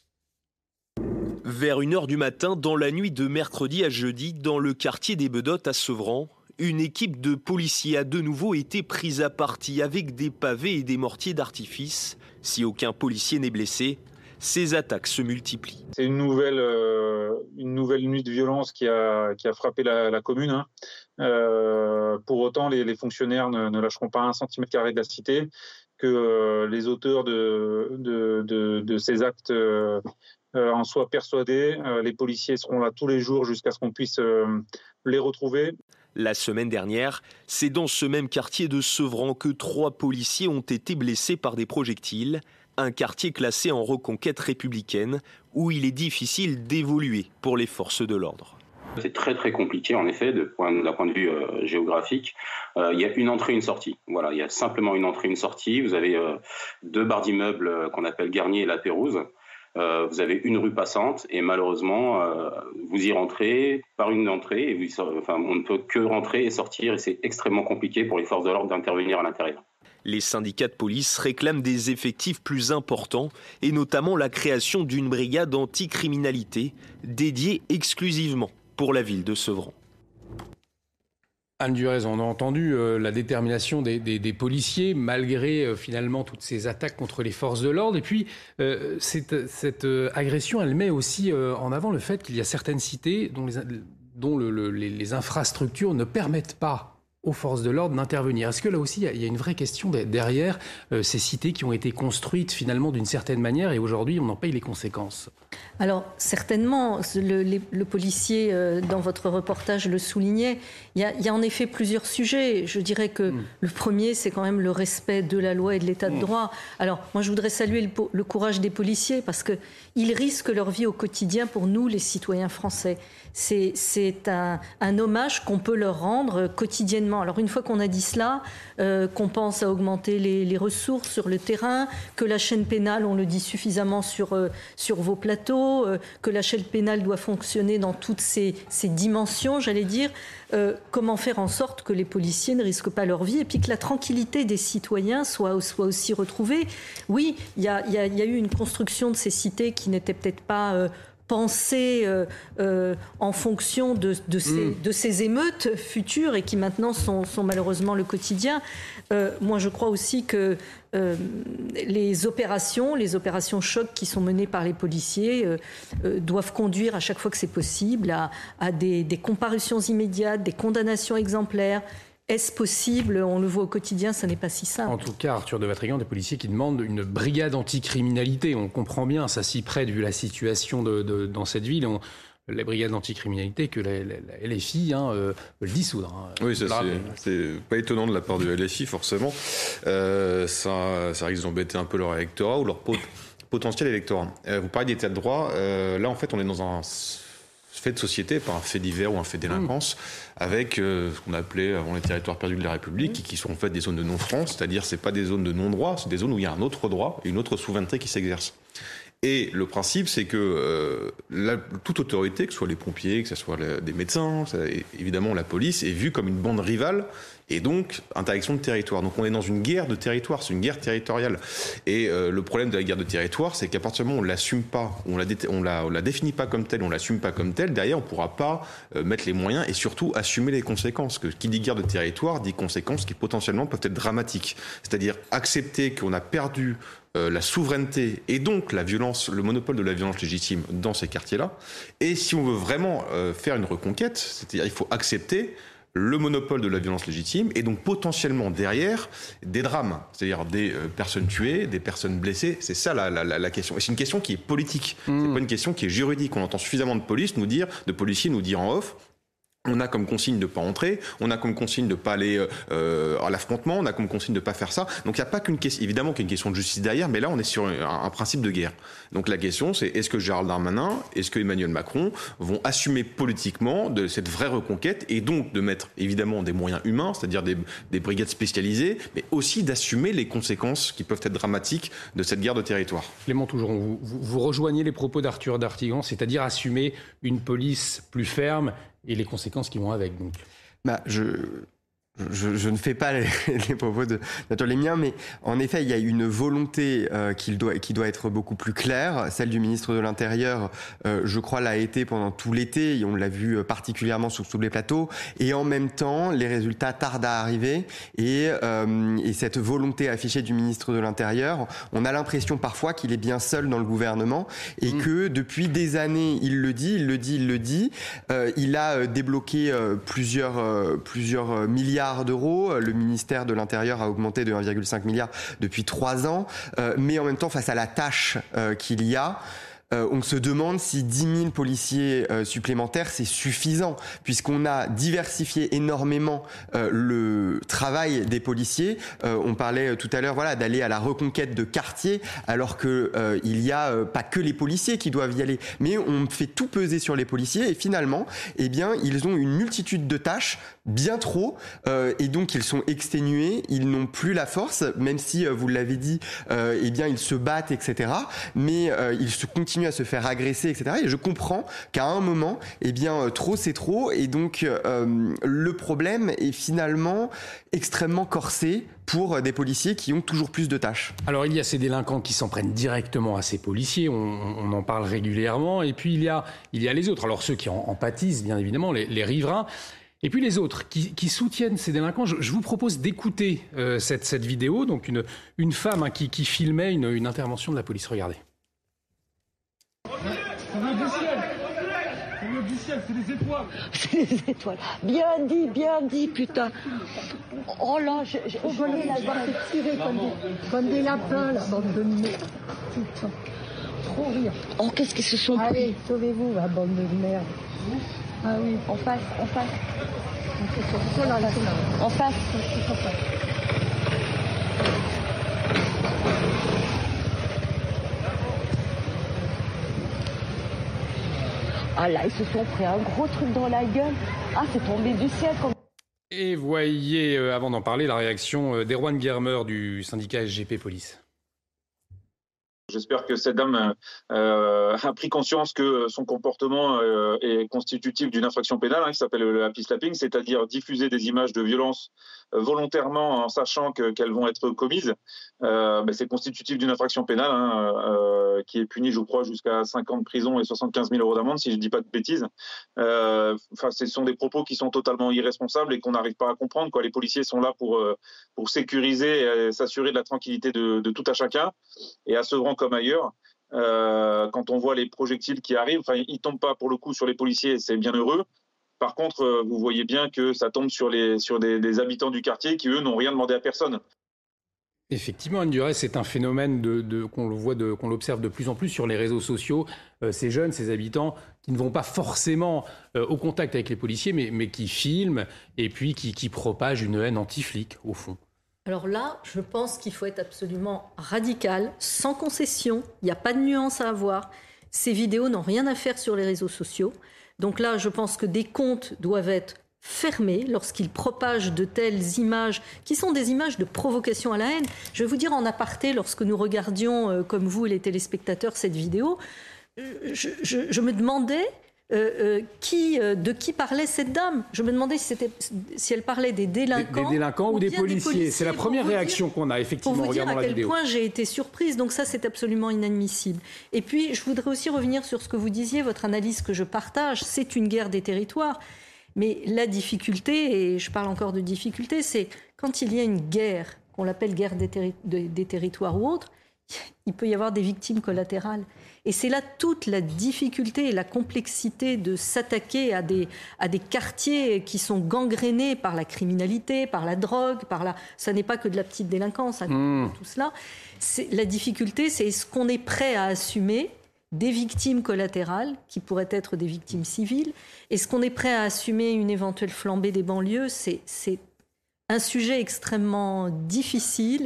Vers une heure du matin, dans la nuit de mercredi à jeudi, dans le quartier des Bedottes à Sevran, une équipe de policiers a de nouveau été prise à partie avec des pavés et des mortiers d'artifice. Si aucun policier n'est blessé, ces attaques se multiplient. C'est une nouvelle, euh, une nouvelle nuit de violence qui a, qui a frappé la, la commune. Hein. Euh, pour autant, les, les fonctionnaires ne, ne lâcheront pas un centimètre carré de la cité, que euh, les auteurs de, de, de, de ces actes euh, euh, en soient persuadés. Euh, les policiers seront là tous les jours jusqu'à ce qu'on puisse euh, les retrouver. La semaine dernière, c'est dans ce même quartier de Sevran que trois policiers ont été blessés par des projectiles. Un quartier classé en reconquête républicaine où il est difficile d'évoluer pour les forces de l'ordre. C'est très très compliqué en effet de point, d'un point de vue euh, géographique. Euh, il y a une entrée, une sortie. Voilà, il y a simplement une entrée, une sortie. Vous avez euh, deux barres d'immeubles euh, qu'on appelle Garnier et La Pérouse. Euh, vous avez une rue passante et malheureusement euh, vous y rentrez par une entrée et vous, enfin, on ne peut que rentrer et sortir et c'est extrêmement compliqué pour les forces de l'ordre d'intervenir à l'intérieur. Les syndicats de police réclament des effectifs plus importants et notamment la création d'une brigade anticriminalité dédiée exclusivement pour la ville de Sevran. Anne Durez, on a entendu euh, la détermination des, des, des policiers malgré euh, finalement toutes ces attaques contre les forces de l'ordre. Et puis euh, cette, cette euh, agression, elle met aussi euh, en avant le fait qu'il y a certaines cités dont, les, dont le, le, les, les infrastructures ne permettent pas aux forces de l'ordre d'intervenir. Est-ce que là aussi, il y a une vraie question derrière euh, ces cités qui ont été construites finalement d'une certaine manière et aujourd'hui, on en paye les conséquences ? Alors, certainement, le, le, le policier, euh, dans votre reportage, le soulignait. Il y a, il y a en effet plusieurs sujets. Je dirais que mmh. le premier, c'est quand même le respect de la loi et de l'état de droit. Alors, moi, je voudrais saluer le, le courage des policiers parce qu'ils risquent leur vie au quotidien pour nous, les citoyens français. C'est, c'est un, un hommage qu'on peut leur rendre quotidiennement. Alors une fois qu'on a dit cela, euh, qu'on pense à augmenter les, les ressources sur le terrain, que la chaîne pénale, on le dit suffisamment sur, euh, sur vos plateaux, euh, que la chaîne pénale doit fonctionner dans toutes ses, ses dimensions, j'allais dire, euh, comment faire en sorte que les policiers ne risquent pas leur vie et puis que la tranquillité des citoyens soit, soit aussi retrouvée. Oui, il y a, y a, y a eu une construction de ces cités qui n'était peut-être pas... Euh, penser euh, euh, en fonction de, de, ces, mmh. de ces émeutes futures et qui maintenant sont, sont malheureusement le quotidien. Euh, moi, je crois aussi que euh, les opérations, les opérations choc qui sont menées par les policiers euh, euh, doivent conduire à chaque fois que c'est possible à, à des, des comparutions immédiates, des condamnations exemplaires. Est-ce possible ? On le voit au quotidien, ça n'est pas si simple. En tout cas, Arthur de Vatrigan, des policiers qui demandent une brigade anticriminalité. On comprend bien, ça s'y prête vu la situation de, de, dans cette ville. On, la brigade anticriminalité que la, la, la L F I hein, euh, veut le dissoudre. Hein. Oui, ça, c'est, c'est pas étonnant de la part du L F I, forcément. Euh, ça, ça risque d'embêter un peu leur électorat ou leur pot, potentiel électorat. Euh, vous parlez d'état de droit. Euh, là, en fait, on est dans un fait de société, par un fait divers ou un fait de délinquance, mmh. avec euh, ce qu'on appelait avant les territoires perdus de la République, mmh. qui sont en fait des zones de non-France, c'est-à-dire c'est pas des zones de non-droit, c'est des zones où il y a un autre droit et une autre souveraineté qui s'exerce. Et le principe, c'est que euh, la, toute autorité, que ce soit les pompiers, que ce soit la, des médecins, ça, évidemment la police, est vue comme une bande rivale et donc interdiction de territoire. Donc on est dans une guerre de territoire, c'est une guerre territoriale. Et euh, le problème de la guerre de territoire, c'est qu'à partir du moment où on l'assume pas, on la, on la, on la définit pas comme telle, on l'assume pas comme telle, derrière on pourra pas euh, mettre les moyens et surtout assumer les conséquences. Que qui dit guerre de territoire dit conséquences qui potentiellement peuvent être dramatiques. C'est-à-dire accepter qu'on a perdu Euh, la souveraineté et donc la violence, le monopole de la violence légitime dans ces quartiers-là. Et si on veut vraiment euh, faire une reconquête, c'est-à-dire il faut accepter le monopole de la violence légitime et donc potentiellement derrière des drames, c'est-à-dire des euh, personnes tuées, des personnes blessées. C'est ça la, la, la question. Et c'est une question qui est politique. Mmh. C'est pas une question qui est juridique. On entend suffisamment de police nous dire, de policiers nous dire en off. On a comme consigne de ne pas entrer, on a comme consigne de ne pas aller euh, à l'affrontement, on a comme consigne de ne pas faire ça. Donc il n'y a pas qu'une question, évidemment qu'il y a une question de justice derrière, mais là on est sur un, un principe de guerre. Donc la question c'est est-ce que Gérald Darmanin, est-ce que Emmanuel Macron vont assumer politiquement de cette vraie reconquête et donc de mettre évidemment des moyens humains, c'est-à-dire des, des brigades spécialisées, mais aussi d'assumer les conséquences qui peuvent être dramatiques de cette guerre de territoire. Clément Tougeron, vous, vous, vous rejoignez les propos d'Arthur d'Artigan, c'est-à-dire assumer une police plus ferme et les conséquences qui vont avec, donc. Bah, je... Je, je ne fais pas les, les propos de, de les miens, mais en effet, il y a une volonté euh, qui, doit, qui doit être beaucoup plus claire. Celle du ministre de l'Intérieur, euh, je crois, l'a été pendant tout l'été, et on l'a vu particulièrement sur tous les plateaux. Et en même temps, les résultats tardent à arriver. Et, euh, et cette volonté affichée du ministre de l'Intérieur, on a l'impression parfois qu'il est bien seul dans le gouvernement et mmh. que depuis des années, il le dit, il le dit, il le dit. Euh, il a débloqué euh, plusieurs, euh, plusieurs milliards d'euros. Le ministère de l'Intérieur a augmenté de un virgule cinq milliard depuis trois ans. Euh, mais en même temps, face à la tâche euh, qu'il y a, Euh, on se demande si dix mille policiers euh, supplémentaires, c'est suffisant, puisqu'on a diversifié énormément euh, le travail des policiers. Euh, on parlait tout à l'heure, voilà, d'aller à la reconquête de quartiers, alors que euh, il y a euh, pas que les policiers qui doivent y aller, mais on fait tout peser sur les policiers et finalement, eh bien, ils ont une multitude de tâches, bien trop, euh, et donc ils sont exténués, ils n'ont plus la force, même si euh, vous l'avez dit, euh, eh bien, ils se battent, et cetera. Mais euh, ils se continuent à se faire agresser, et cetera. Et je comprends qu'à un moment, eh bien, trop c'est trop, et donc euh, le problème est finalement extrêmement corsé pour des policiers qui ont toujours plus de tâches. Alors il y a ces délinquants qui s'en prennent directement à ces policiers, on, on en parle régulièrement, et puis il y a, il y a les autres, alors ceux qui en, en pâtissent bien évidemment, les, les riverains, et puis les autres qui, qui soutiennent ces délinquants. Je, je vous propose d'écouter euh, cette, cette vidéo, donc une, une femme hein, qui, qui filmait une, une intervention de la police, regardez. Ça vient du ciel. Ça vient du ciel, c'est les étoiles. C'est les étoiles. Bien dit, bien dit, putain. Oh là, je, je, oh, venez là, va se tirer comme des, comme des lapins, la bande de merde. Putain. Trop rire. Oh, qu'est-ce qu'ils se sont pris. Allez, sauvez-vous, la bande de merde. Ah oui, en face, en face. Oh là là, en face. En face. Ah là, ils se sont pris un gros truc dans la gueule. Ah, c'est tombé du ciel. Comme... Et voyez, euh, avant d'en parler, la réaction euh, d'Erwan Germer du syndicat S G P Police. J'espère que cette dame euh, a pris conscience que son comportement euh, est constitutif d'une infraction pénale hein, qui s'appelle le happy slapping, c'est-à-dire diffuser des images de violence euh, volontairement en sachant que, qu'elles vont être commises. Euh, ben c'est constitutif d'une infraction pénale hein, euh, qui est punie, je crois, jusqu'à cinq ans de prison et soixante-quinze mille euros d'amende, si je ne dis pas de bêtises. Euh, ce sont des propos qui sont totalement irresponsables et qu'on n'arrive pas à comprendre, quoi. Les policiers sont là pour, euh, pour sécuriser et s'assurer de la tranquillité de, de tout à chacun. Et à Sevran comme ailleurs, euh, quand on voit les projectiles qui arrivent, enfin, ils ne tombent pas pour le coup sur les policiers, c'est bien heureux. Par contre, euh, vous voyez bien que ça tombe sur, les, sur des, des habitants du quartier qui, eux, n'ont rien demandé à personne. Effectivement, Anne Durez, c'est un phénomène de, de, qu'on le voit, de, qu'on l'observe de plus en plus sur les réseaux sociaux. Euh, ces jeunes, ces habitants qui ne vont pas forcément euh, au contact avec les policiers, mais, mais qui filment et puis qui, qui propagent une haine anti-flic, au fond. Alors là, je pense qu'il faut être absolument radical, sans concession. Il n'y a pas de nuance à avoir. Ces vidéos n'ont rien à faire sur les réseaux sociaux. Donc là, je pense que des comptes doivent être fermés lorsqu'ils propagent de telles images qui sont des images de provocation à la haine. Je vais vous dire en aparté, lorsque nous regardions, euh, comme vous les téléspectateurs, cette vidéo, je, je, je me demandais euh, euh, qui, euh, de qui parlait cette dame. Je me demandais si, c'était, si elle parlait des délinquants, des, des délinquants ou, ou des, policiers. des policiers. C'est la première réaction dire, qu'on a effectivement en regardant la vidéo. Pour vous dire à quel point j'ai été surprise. Donc ça, c'est absolument inadmissible. Et puis, je voudrais aussi revenir sur ce que vous disiez, votre analyse que je partage. C'est une guerre des territoires. Mais la difficulté, et je parle encore de difficulté, c'est quand il y a une guerre, qu'on l'appelle guerre des, terri- des territoires ou autre, il peut y avoir des victimes collatérales. Et c'est là toute la difficulté et la complexité de s'attaquer à des, à des quartiers qui sont gangrénés par la criminalité, par la drogue, par la... ça n'est pas que de la petite délinquance, mmh. tout cela. C'est, la difficulté, c'est est-ce qu'on est prêt à assumer des victimes collatérales, qui pourraient être des victimes civiles. Est-ce qu'on est prêt à assumer une éventuelle flambée des banlieues ? C'est, c'est un sujet extrêmement difficile.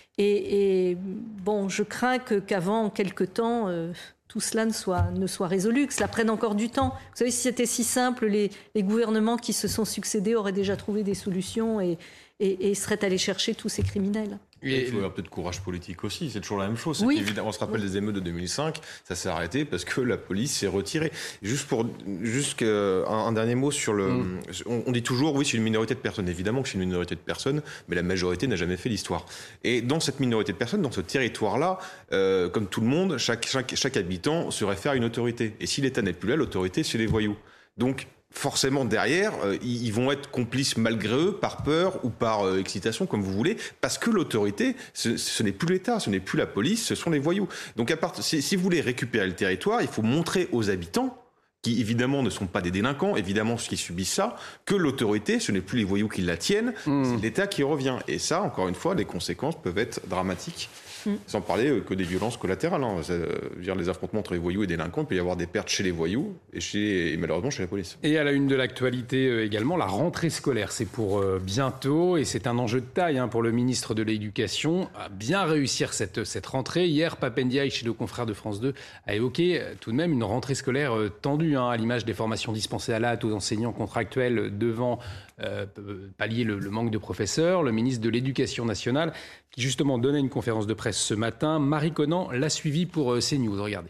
Et, et bon, je crains que, qu'avant quelque temps, euh, tout cela ne soit, ne soit résolu, que cela prenne encore du temps. Vous savez, si c'était si simple, les, les gouvernements qui se sont succédés auraient déjà trouvé des solutions et, et, et seraient allés chercher tous ces criminels. Et il faut avoir peut-être courage politique aussi, c'est toujours la même chose. Oui. Évidemment, on se rappelle des émeutes de deux mille cinq, ça s'est arrêté parce que la police s'est retirée. Juste pour juste un, un dernier mot sur le... Mm. On, on dit toujours, oui, c'est une minorité de personnes. Évidemment que c'est une minorité de personnes, mais la majorité n'a jamais fait l'histoire. Et dans cette minorité de personnes, dans ce territoire-là, euh, comme tout le monde, chaque, chaque, chaque habitant se réfère à une autorité. Et si l'État n'est plus là, l'autorité, c'est les voyous. Donc, forcément, derrière, euh, ils vont être complices malgré eux, par peur ou par euh, excitation, comme vous voulez, parce que l'autorité, ce, ce n'est plus l'État, ce n'est plus la police, ce sont les voyous. Donc, à part, si, si vous voulez récupérer le territoire, il faut montrer aux habitants, qui évidemment ne sont pas des délinquants, évidemment ceux qui subissent ça, que l'autorité, ce n'est plus les voyous qui la tiennent, mmh. c'est l'État qui revient. Et ça, encore une fois, les conséquences peuvent être dramatiques. Mmh. Sans parler que des violences collatérales. Hein. Dire les affrontements entre les voyous et les délinquants, il peut y avoir des pertes chez les voyous et, chez, et malheureusement chez la police. Et à la une de l'actualité également, la rentrée scolaire, c'est pour bientôt et c'est un enjeu de taille hein, pour le ministre de l'Éducation à bien réussir cette, cette rentrée. Hier, Pape Ndiaye, chez nos confrères de France deux, a évoqué tout de même une rentrée scolaire tendue hein, à l'image des formations dispensées à l'A T aux enseignants contractuels devant euh, pallier le, le manque de professeurs. Le ministre de l'Éducation nationale qui justement donnait une conférence de presse ce matin. Marie Conan l'a suivi pour CNews. Regardez.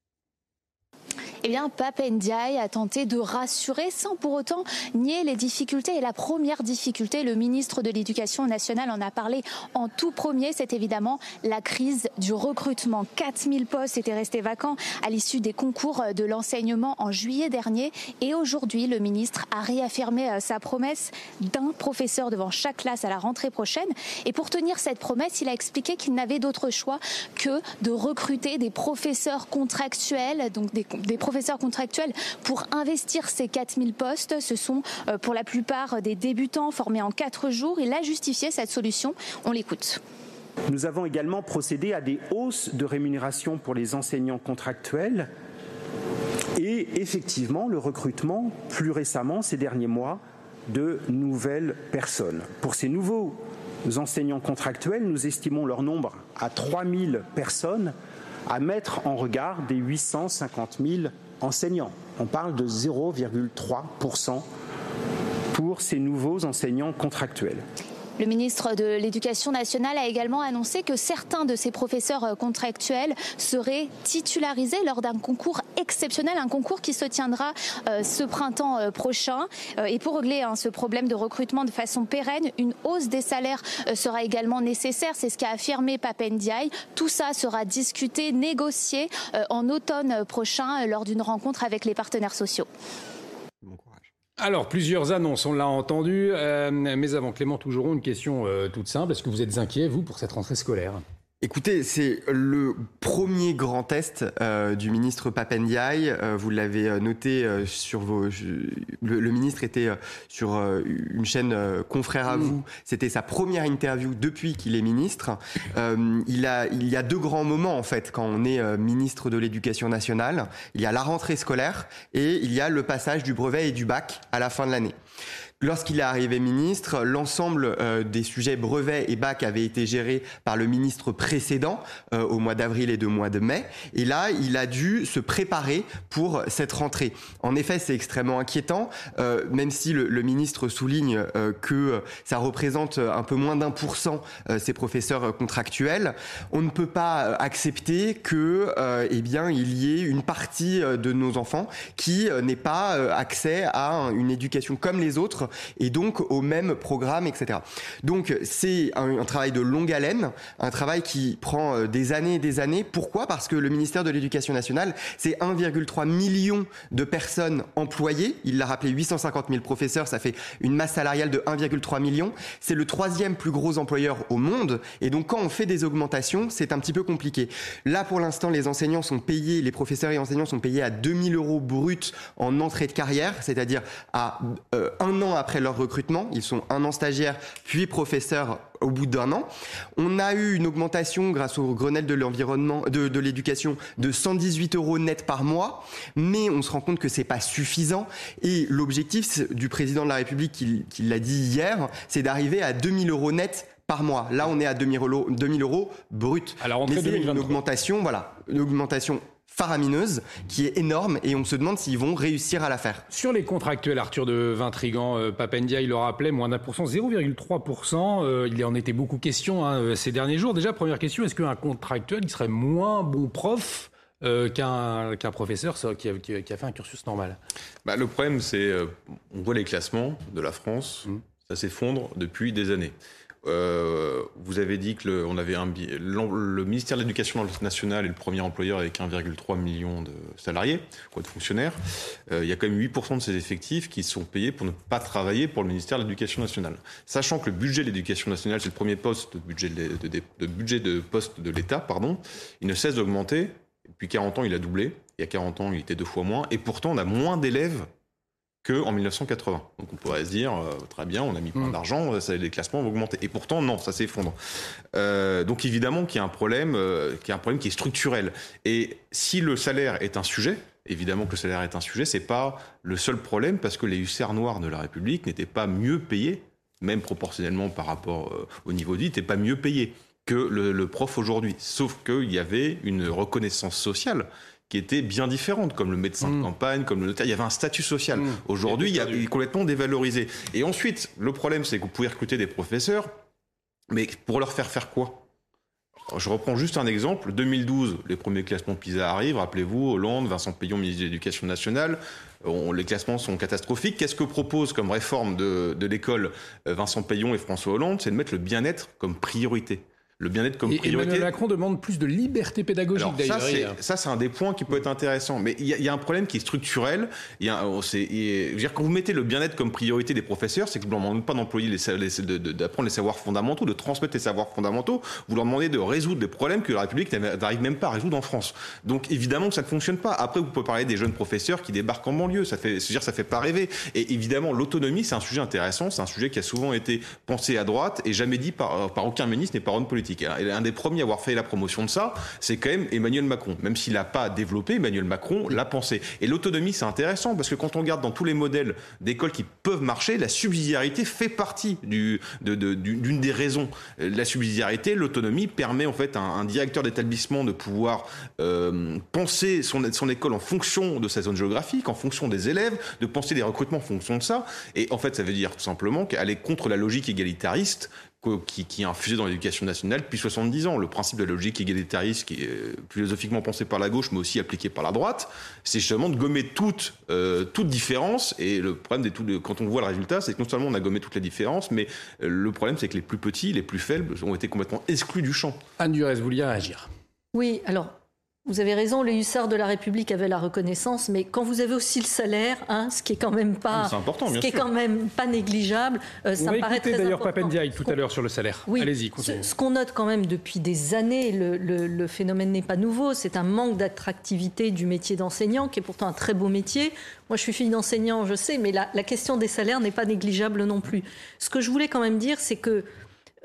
Eh bien, Pape Ndiaye a tenté de rassurer sans pour autant nier les difficultés. Et la première difficulté, le ministre de l'Éducation nationale en a parlé en tout premier, c'est évidemment la crise du recrutement. quatre mille postes étaient restés vacants à l'issue des concours de l'enseignement en juillet dernier. Et aujourd'hui, le ministre a réaffirmé sa promesse d'un professeur devant chaque classe à la rentrée prochaine. Et pour tenir cette promesse, il a expliqué qu'il n'avait d'autre choix que de recruter des professeurs contractuels, donc des, des professeurs contractuels pour investir ces quatre mille postes. Ce sont euh, pour la plupart des débutants formés en quatre jours. Il a justifié cette solution. On l'écoute. Nous avons également procédé à des hausses de rémunération pour les enseignants contractuels et effectivement le recrutement plus récemment ces derniers mois de nouvelles personnes. Pour ces nouveaux enseignants contractuels, nous estimons leur nombre à trois mille personnes à mettre en regard des huit cent cinquante mille enseignants. On parle de zéro virgule trois pour cent pour ces nouveaux enseignants contractuels. Le ministre de l'Éducation nationale a également annoncé que certains de ces professeurs contractuels seraient titularisés lors d'un concours exceptionnel, un concours qui se tiendra euh, ce printemps euh, prochain. Euh, et pour régler hein, ce problème de recrutement de façon pérenne, une hausse des salaires euh, sera également nécessaire. C'est ce qu'a affirmé Pape Ndiaye. Tout ça sera discuté, négocié euh, en automne prochain euh, lors d'une rencontre avec les partenaires sociaux. Alors, plusieurs annonces, on l'a entendu, euh, mais avant Clément Tougeron, une question euh, toute simple. Est-ce que vous êtes inquiet, vous, pour cette rentrée scolaire ? Écoutez, c'est le premier grand test euh, du ministre Pape Ndiaye. Euh, vous l'avez noté euh, sur vos. Je, le, le ministre était euh, sur euh, une chaîne euh, confrère à mmh. vous. C'était sa première interview depuis qu'il est ministre. Euh, il a, il y a deux grands moments en fait quand on est euh, ministre de l'Éducation nationale. Il y a la rentrée scolaire et il y a le passage du brevet et du bac à la fin de l'année. Lorsqu'il est arrivé ministre, l'ensemble euh, des sujets brevets et bac avaient été gérés par le ministre précédent euh, au mois d'avril et au mois de mai. Et là, il a dû se préparer pour cette rentrée. En effet, c'est extrêmement inquiétant, euh, même si le, le ministre souligne euh, que ça représente un peu moins d'un pour cent euh, ces professeurs contractuels. On ne peut pas accepter que, euh, eh bien, il y ait une partie de nos enfants qui euh, n'ait pas euh, accès à un, une éducation comme les autres et donc au même programme, et cetera. Donc c'est un, un travail de longue haleine, un travail qui prend euh, des années et des années. Pourquoi ? Parce que le ministère de l'Éducation nationale, c'est un virgule trois million de personnes employées. Il l'a rappelé, huit cent cinquante mille professeurs, ça fait une masse salariale de un virgule trois million. C'est le troisième plus gros employeur au monde. Et donc quand on fait des augmentations, c'est un petit peu compliqué. Là, pour l'instant, les enseignants sont payés, les professeurs et enseignants sont payés à deux mille euros bruts en entrée de carrière, c'est-à-dire à euh, un an après leur recrutement. Ils sont un an stagiaire, puis professeur au bout d'un an. On a eu une augmentation grâce au Grenelle de l'environnement, de, de l'éducation, de cent dix-huit euros net par mois, mais on se rend compte que c'est pas suffisant. Et l'objectif du président de la République, qui, qui l'a dit hier, c'est d'arriver à deux mille euros net par mois. Là, on est à deux mille euros bruts. Alors, mais c'est une augmentation, voilà, une augmentation faramineuse qui est énorme et on se demande s'ils vont réussir à la faire. Sur les contractuels, Arthur de Vintrigan, euh, Pape Ndiaye le rappelait, moins d'un pour cent, zéro virgule trois pour cent. Euh, il en était beaucoup question hein, ces derniers jours. Déjà, première question, est-ce qu'un contractuel il serait moins bon prof euh, qu'un, qu'un professeur qui a, qui a fait un cursus normal ? Bah, le problème, c'est euh, on voit les classements de la France, mmh. ça s'effondre depuis des années. Euh, vous avez dit que le, on avait un, le ministère de l'Éducation nationale est le premier employeur avec un virgule trois million de salariés, quoi, de fonctionnaires. Euh, il y a quand même huit pour cent de ces effectifs qui sont payés pour ne pas travailler pour le ministère de l'Éducation nationale. Sachant que le budget de l'Éducation nationale, c'est le premier poste de budget de, de, de, de budget de poste de l'État, pardon, il ne cesse d'augmenter. Depuis quarante ans, il a doublé. Il y a quarante ans, il était deux fois moins. Et pourtant, on a moins d'élèves qu'en dix-neuf cent quatre-vingts. Donc on pourrait se dire, euh, très bien, on a mis plein mmh. d'argent, ça, les classements vont augmenter. Et pourtant, non, ça s'effondre. Euh, donc évidemment qu'il y a un problème, euh, qu'il y a un problème qui est structurel. Et si le salaire est un sujet, évidemment que le salaire est un sujet, c'est pas le seul problème, parce que les hussards noirs de la République n'étaient pas mieux payés, même proportionnellement par rapport euh, au niveau de vie, n'étaient pas mieux payés que le, le prof aujourd'hui. Sauf qu'il y avait une reconnaissance sociale qui était bien différente, comme le médecin mmh. de campagne, comme le notaire. Il y avait un statut social. Mmh. Aujourd'hui, il, il est complètement dévalorisé. Et ensuite, le problème, c'est que vous pouvez recruter des professeurs, mais pour leur faire faire quoi ? Alors, je reprends juste un exemple. deux mille douze, les premiers classements PISA arrivent. Rappelez-vous, Hollande, Vincent Payon, ministre de l'Éducation nationale. On, les classements sont catastrophiques. Qu'est-ce que propose comme réforme de, de l'école Vincent Payon et François Hollande ? C'est de mettre le bien-être comme priorité. Le bien-être comme et priorité. Emmanuel Macron demande plus de liberté pédagogique. Alors, d'ailleurs. Ça, c'est, ça, c'est un des points qui peut être intéressant. Mais il y, y a un problème qui est structurel. Il y a, c'est, et, je veux dire, quand vous mettez le bien-être comme priorité des professeurs, c'est que vous ne leur demandez pas d'employer les, les, de, de, d'apprendre les savoirs fondamentaux, de transmettre les savoirs fondamentaux. Vous leur demandez de résoudre des problèmes que la République n'arrive même pas à résoudre en France. Donc évidemment que ça ne fonctionne pas. Après, vous pouvez parler des jeunes professeurs qui débarquent en banlieue. Ça fait, c'est-à-dire, ça fait pas rêver. Et évidemment, l'autonomie, c'est un sujet intéressant. C'est un sujet qui a souvent été pensé à droite et jamais dit par, par aucun ministre ni par homme politique. Et un des premier à avoir fait la promotion de ça, c'est quand même Emmanuel Macron. Même s'il n'a pas développé, Emmanuel Macron l'a pensé. Et l'autonomie, c'est intéressant, parce que quand on regarde dans tous les modèles d'écoles qui peuvent marcher, la subsidiarité fait partie du, de, de, d'une des raisons. La subsidiarité, l'autonomie, permet en fait à un, un directeur d'établissement de pouvoir euh, penser son, son école en fonction de sa zone géographique, en fonction des élèves, de penser des recrutements en fonction de ça. Et en fait, ça veut dire tout simplement qu'aller contre la logique égalitariste Qui, qui est infusé dans l'éducation nationale depuis soixante-dix ans. Le principe de la logique égalitariste, qui est philosophiquement pensé par la gauche, mais aussi appliqué par la droite, c'est justement de gommer toute, euh, toute différence. Et le problème, des tout, quand on voit le résultat, c'est que non seulement on a gommé toutes les différences, mais euh, le problème, c'est que les plus petits, les plus faibles, ont été complètement exclus du champ. Anne Durez, vous vouliez réagir ? Oui, alors... Vous avez raison, les hussards de la République avaient la reconnaissance, mais quand vous avez aussi le salaire, hein, ce qui est quand même pas, c'est important, ce qui sûr. est quand même pas négligeable, euh, ça me paraît très important. d'ailleurs Pape Ndiaye tout à l'heure sur le salaire. Oui, allez-y, continuez. Ce, ce qu'on note quand même depuis des années, le, le, le phénomène n'est pas nouveau, c'est un manque d'attractivité du métier d'enseignant, qui est pourtant un très beau métier. Moi, je suis fille d'enseignant, je sais, mais la, la question des salaires n'est pas négligeable non plus. Ce que je voulais quand même dire, c'est que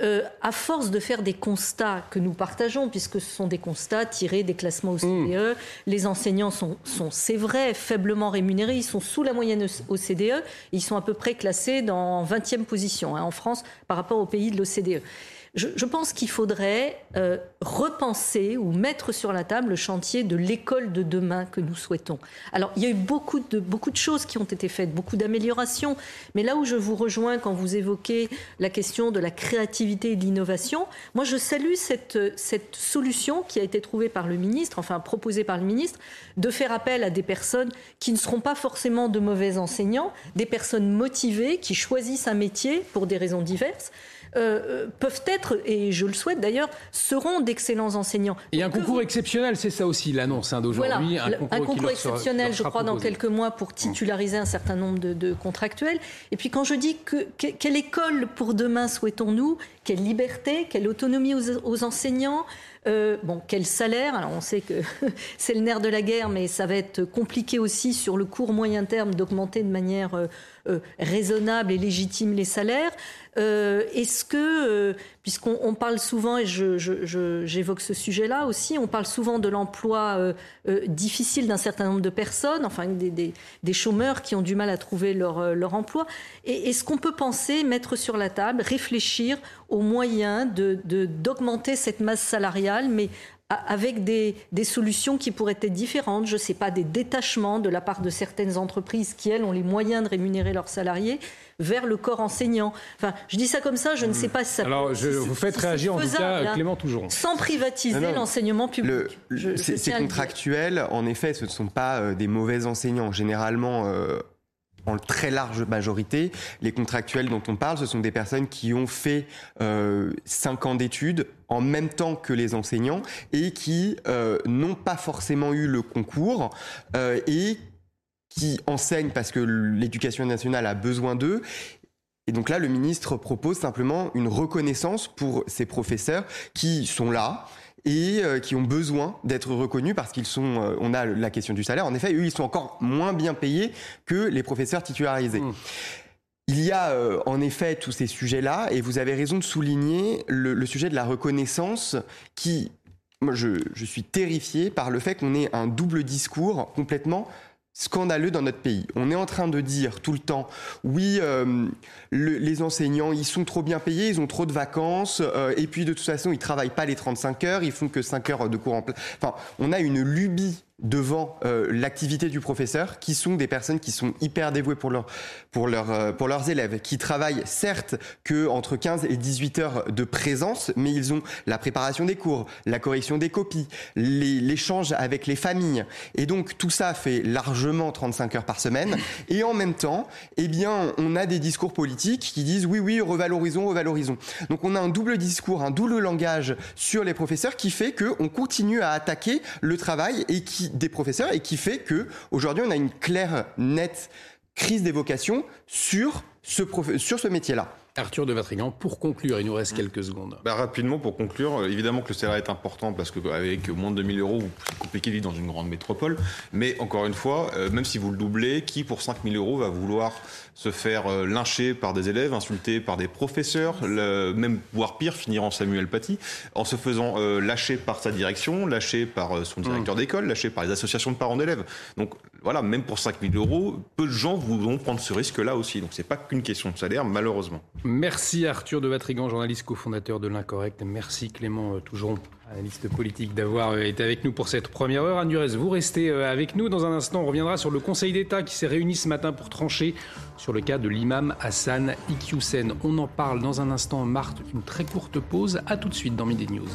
euh, à force de faire des constats que nous partageons, puisque ce sont des constats tirés des classements O C D E, mmh. les enseignants sont, sont, c'est vrai, faiblement rémunérés, ils sont sous la moyenne O C D E, ils sont à peu près classés dans vingtième position hein, en France par rapport aux pays de l'O C D E. Je, je pense qu'il faudrait euh, repenser ou mettre sur la table le chantier de l'école de demain que nous souhaitons. Alors, il y a eu beaucoup de, beaucoup de choses qui ont été faites, beaucoup d'améliorations, mais là où je vous rejoins quand vous évoquez la question de la créativité et de l'innovation, moi je salue cette, cette solution qui a été trouvée par le ministre, enfin proposée par le ministre, de faire appel à des personnes qui ne seront pas forcément de mauvais enseignants, des personnes motivées qui choisissent un métier pour des raisons diverses, Euh, peuvent être, et je le souhaite d'ailleurs, seront d'excellents enseignants. Et un concours vous... exceptionnel, c'est ça aussi l'annonce hein, d'aujourd'hui. Voilà, un concours, un concours exceptionnel, sera, je crois, proposé. Dans quelques mois pour titulariser un certain nombre de, de contractuels. Et puis quand je dis que, que quelle école pour demain souhaitons-nous, quelle liberté, quelle autonomie aux, aux enseignants, Euh, bon, quel salaire? Alors on sait que c'est le nerf de la guerre, mais ça va être compliqué aussi sur le court moyen terme d'augmenter de manière euh, euh, raisonnable et légitime les salaires. Euh, est-ce que, euh, puisqu'on on parle souvent, et je, je, je, j'évoque ce sujet-là aussi, on parle souvent de l'emploi euh, euh, difficile d'un certain nombre de personnes, enfin des, des, des chômeurs qui ont du mal à trouver leur, leur emploi. Et est-ce qu'on peut penser, mettre sur la table, réfléchir aux moyens de, de, d'augmenter cette masse salariale, mais avec des, des solutions qui pourraient être différentes, je ne sais pas, des détachements de la part de certaines entreprises qui, elles, ont les moyens de rémunérer leurs salariés vers le corps enseignant. Enfin, je dis ça comme ça, je ne sais pas si ça... Alors, je, vous faites si réagir faisable, en tout cas hein, Clément Tougeron. Sans privatiser non, non, l'enseignement public. Le, je, je ces contractuels, en effet, ce ne sont pas euh, des mauvais enseignants. Généralement... Euh, en très large majorité, les contractuels dont on parle, ce sont des personnes qui ont fait euh, cinq ans d'études en même temps que les enseignants et qui euh, n'ont pas forcément eu le concours euh, et qui enseignent parce que l'éducation nationale a besoin d'eux. Et donc là, le ministre propose simplement une reconnaissance pour ces professeurs qui sont là et euh, qui ont besoin d'être reconnus parce qu'ils sont, euh, on a la question du salaire, en effet, eux, ils sont encore moins bien payés que les professeurs titularisés. Mmh. Il y a euh, en effet tous ces sujets-là, et vous avez raison de souligner le, le sujet de la reconnaissance qui, moi je, je suis terrifié par le fait qu'on ait un double discours complètement scandaleux dans notre pays. On est en train de dire tout le temps, oui, euh, le, les enseignants, ils sont trop bien payés, ils ont trop de vacances, euh, et puis de toute façon, ils travaillent pas les trente-cinq heures, ils font que cinq heures de cours en plein. Enfin, on a une lubie devant euh, l'activité du professeur, qui sont des personnes qui sont hyper dévouées pour, leur, pour, leur, euh, pour leurs élèves, qui travaillent certes que entre quinze et dix-huit heures de présence, mais ils ont la préparation des cours, la correction des copies, les, l'échange avec les familles. Et donc tout ça fait largement trente-cinq heures par semaine. Et en même temps, eh bien, on a des discours politiques qui disent oui, oui, revalorisons, revalorisons. Donc on a un double discours, un double langage sur les professeurs qui fait qu'on continue à attaquer le travail et qui des professeurs et qui fait que aujourd'hui on a une claire, nette crise des vocations sur ce, prof... sur ce métier-là. Arthur de Vatrigan, pour conclure, il nous reste quelques secondes. Bah, rapidement, pour conclure, évidemment que le salaire est important parce qu'avec moins de deux mille euros, c'est compliqué de vivre dans une grande métropole. Mais encore une fois, euh, même si vous le doublez, qui pour cinq mille euros va vouloir se faire euh, lyncher par des élèves, insulter par des professeurs, le, même voire pire, finir en Samuel Paty, en se faisant euh, lâcher par sa direction, lâcher par euh, son directeur mmh. d'école, lâcher par les associations de parents d'élèves. Donc voilà, même pour cinq mille euros, peu de gens voudront prendre ce risque-là aussi. Donc c'est pas qu'une question de salaire, malheureusement. Merci Arthur de Vatrigan, journaliste cofondateur de l'Incorrect. Merci Clément Tougeron, analyste politique, d'avoir été avec nous pour cette première heure. Anne Durez, vous restez avec nous. Dans un instant, on reviendra sur le Conseil d'État qui s'est réuni ce matin pour trancher sur le cas de l'imam Hassan Iqiyoussen. On en parle dans un instant. Marthe, une très courte pause. À tout de suite dans Midi News.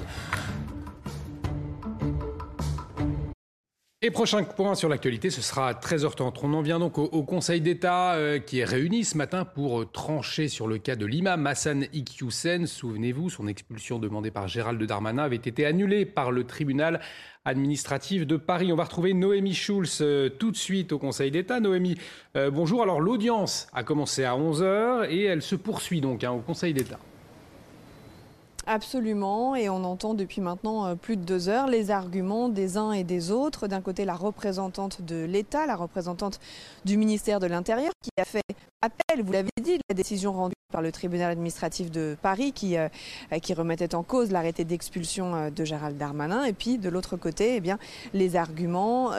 Et prochain point sur l'actualité, ce sera à treize heures trente. On en vient donc au, au Conseil d'État euh, qui est réuni ce matin pour euh, trancher sur le cas de l'imam Hassan Iqiyoussen. Souvenez-vous, son expulsion demandée par Gérald Darmanin avait été annulée par le tribunal administratif de Paris. On va retrouver Noémie Schulz euh, tout de suite au Conseil d'État. Noémie, euh, bonjour. Alors l'audience a commencé à onze heures et elle se poursuit donc hein, au Conseil d'État. Absolument, et on entend depuis maintenant plus de deux heures les arguments des uns et des autres. D'un côté, la représentante de l'État, la représentante du ministère de l'Intérieur, qui a fait appel, vous l'avez dit, de la décision rendue par le tribunal administratif de Paris qui, euh, qui remettait en cause l'arrêté d'expulsion de Gérald Darmanin. Et puis de l'autre côté, eh bien, les arguments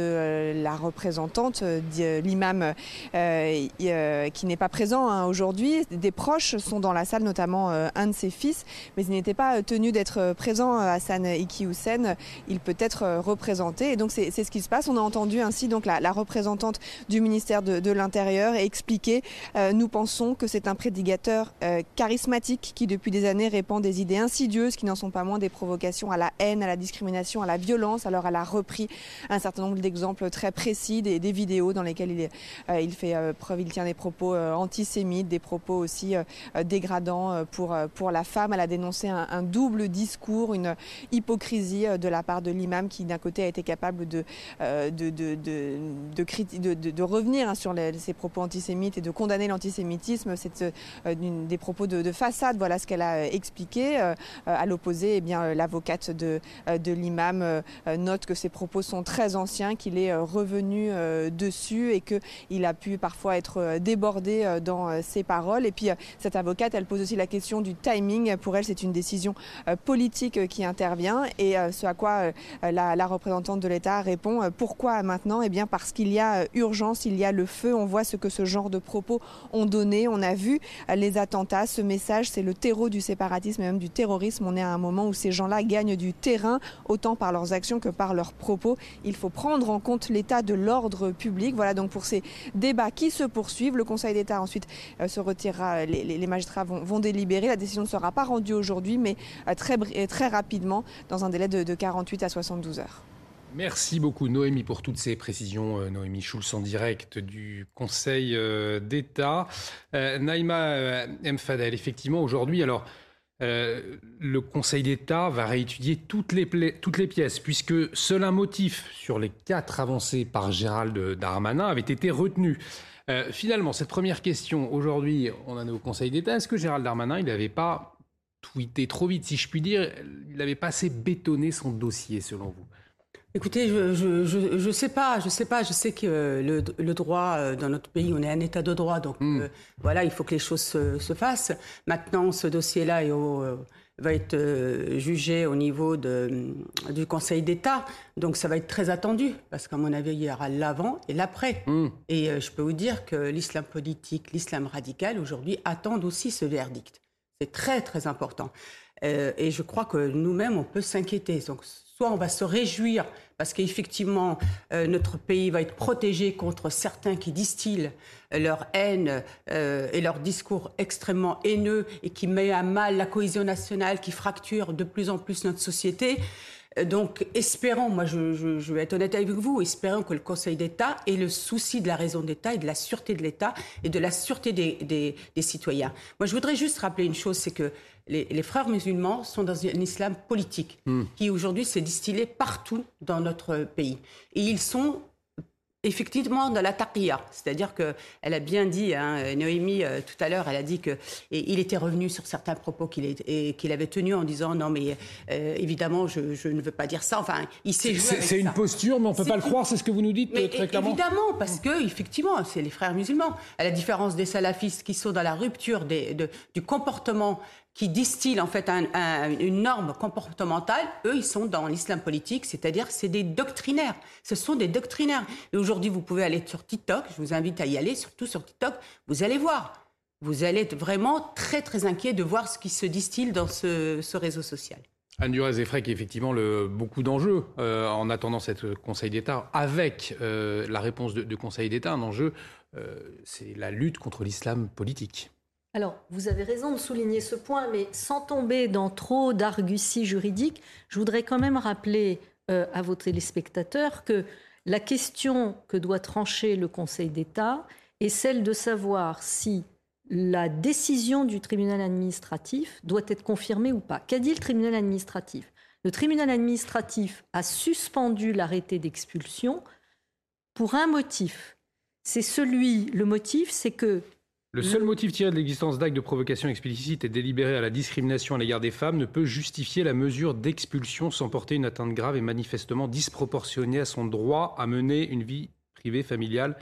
de la représentante de l'imam euh, euh, qui n'est pas présent hein, aujourd'hui. Des proches sont dans la salle, notamment euh, un de ses fils, mais il n'était pas tenu d'être présent. Hassan Iki Hussein, il peut être représenté. Et donc c'est, c'est ce qui se passe. On a entendu ainsi donc la, la représentante du ministère de, de l'Intérieur expliquer euh, nous pensons que c'est un prédicateur Euh, charismatique qui depuis des années répand des idées insidieuses qui n'en sont pas moins des provocations à la haine, à la discrimination, à la violence. Alors elle a repris un certain nombre d'exemples très précis, des, des vidéos dans lesquelles il, est, euh, il fait euh, preuve, il tient des propos euh, antisémites, des propos aussi euh, dégradants euh, pour, euh, pour la femme. Elle a dénoncé un, un double discours, une hypocrisie euh, de la part de l'imam qui d'un côté a été capable de, euh, de, de, de, de, de, de, de revenir hein, sur les, ses propos antisémites et de condamner l'antisémitisme. C'est euh, D'une, des propos de, de façade, voilà ce qu'elle a expliqué. Euh, à l'opposé, eh bien, l'avocate de, de l'imam euh, note que ses propos sont très anciens, qu'il est revenu euh, dessus et qu'il a pu parfois être débordé euh, dans euh, ses paroles. Et puis euh, cette avocate, elle pose aussi la question du timing. Pour elle, c'est une décision euh, politique euh, qui intervient. Et euh, ce à quoi euh, la, la représentante de l'État répond euh, pourquoi maintenant ? Eh bien parce qu'il y a urgence, il y a le feu. On voit ce que ce genre de propos ont donné. On a vu les attentats. Ce message, c'est le terreau du séparatisme et même du terrorisme. On est à un moment où ces gens-là gagnent du terrain, autant par leurs actions que par leurs propos. Il faut prendre en compte l'état de l'ordre public. Voilà donc pour ces débats qui se poursuivent. Le Conseil d'État ensuite euh, se retirera. Les, les, les magistrats vont, vont délibérer. La décision ne sera pas rendue aujourd'hui, mais euh, très, très rapidement, dans un délai de, de quarante-huit à soixante-douze heures. Merci beaucoup Noémie pour toutes ces précisions. Euh, Noémie Schulz en direct du Conseil euh, d'État. Euh, Naïma euh, M. Fadel, effectivement aujourd'hui, alors euh, le Conseil d'État va réétudier toutes les, pla- toutes les pièces puisque seul un motif sur les quatre avancés par Gérald Darmanin avait été retenu. Euh, finalement, cette première question, aujourd'hui, on en est au Conseil d'État. Est-ce que Gérald Darmanin, il n'avait pas tweeté trop vite, si je puis dire, il n'avait pas assez bétonné son dossier selon vous ? Écoutez, je je, je, je sais pas, je sais pas, je sais que euh, le, le droit euh, dans notre pays, on est un État de droit, donc mmh. euh, voilà, il faut que les choses se, se fassent. Maintenant, ce dossier-là est au, euh, va être euh, jugé au niveau de, du Conseil d'État, donc ça va être très attendu, parce qu'à mon avis, il y aura l'avant et l'après. Mmh. Et euh, je peux vous dire que l'islam politique, l'islam radical, aujourd'hui, attendent aussi ce verdict. C'est très, très important. Euh, et je crois que nous-mêmes, on peut s'inquiéter. Donc, soit on va se réjouir parce qu'effectivement, euh, notre pays va être protégé contre certains qui distillent leur haine euh, et leur discours extrêmement haineux et qui met à mal la cohésion nationale, qui fracture de plus en plus notre société. Donc, espérons, moi je, je, je vais être honnête avec vous, espérons que le Conseil d'État ait le souci de la raison d'État et de la sûreté de l'État et de la sûreté des, des, des citoyens. Moi, je voudrais juste rappeler une chose, c'est que les, les frères musulmans sont dans un islam politique mmh. qui aujourd'hui s'est distillé partout dans notre pays. Et ils sont effectivement dans la taqiyya, c'est-à-dire qu'elle a bien dit, hein, Noémie euh, tout à l'heure, elle a dit qu'il était revenu sur certains propos qu'il, est, et, qu'il avait tenus en disant non mais euh, évidemment je, je ne veux pas dire ça, enfin il s'est joué c'est, avec c'est une ça. posture mais on ne peut c'est pas le croire, c'est ce que vous nous dites mais très clairement. Évidemment, parce que effectivement c'est les frères musulmans, à la différence des salafistes qui sont dans la rupture des, de, du comportement, qui distillent en fait un, un, une norme comportementale, eux, ils sont dans l'islam politique, c'est-à-dire c'est des doctrinaires. Ce sont des doctrinaires. Et aujourd'hui, vous pouvez aller sur TikTok, je vous invite à y aller, surtout sur TikTok, vous allez voir. Vous allez être vraiment très, très inquiet de voir ce qui se distille dans ce, ce réseau social. Anne Durez-Effrek, effectivement, le, beaucoup d'enjeux euh, en attendant cette Conseil d'État. Avec euh, la réponse du de, de Conseil d'État, un enjeu, euh, c'est la lutte contre l'islam politique. Alors, vous avez raison de souligner ce point, mais sans tomber dans trop d'arguties juridiques, je voudrais quand même rappeler euh, à vos téléspectateurs que la question que doit trancher le Conseil d'État est celle de savoir si la décision du tribunal administratif doit être confirmée ou pas. Qu'a dit le tribunal administratif ? Le tribunal administratif a suspendu l'arrêté d'expulsion pour un motif. C'est celui, le motif, c'est que le seul motif tiré de l'existence d'actes de provocation explicite et délibéré à la discrimination à l'égard des femmes ne peut justifier la mesure d'expulsion sans porter une atteinte grave et manifestement disproportionnée à son droit à mener une vie privée, familiale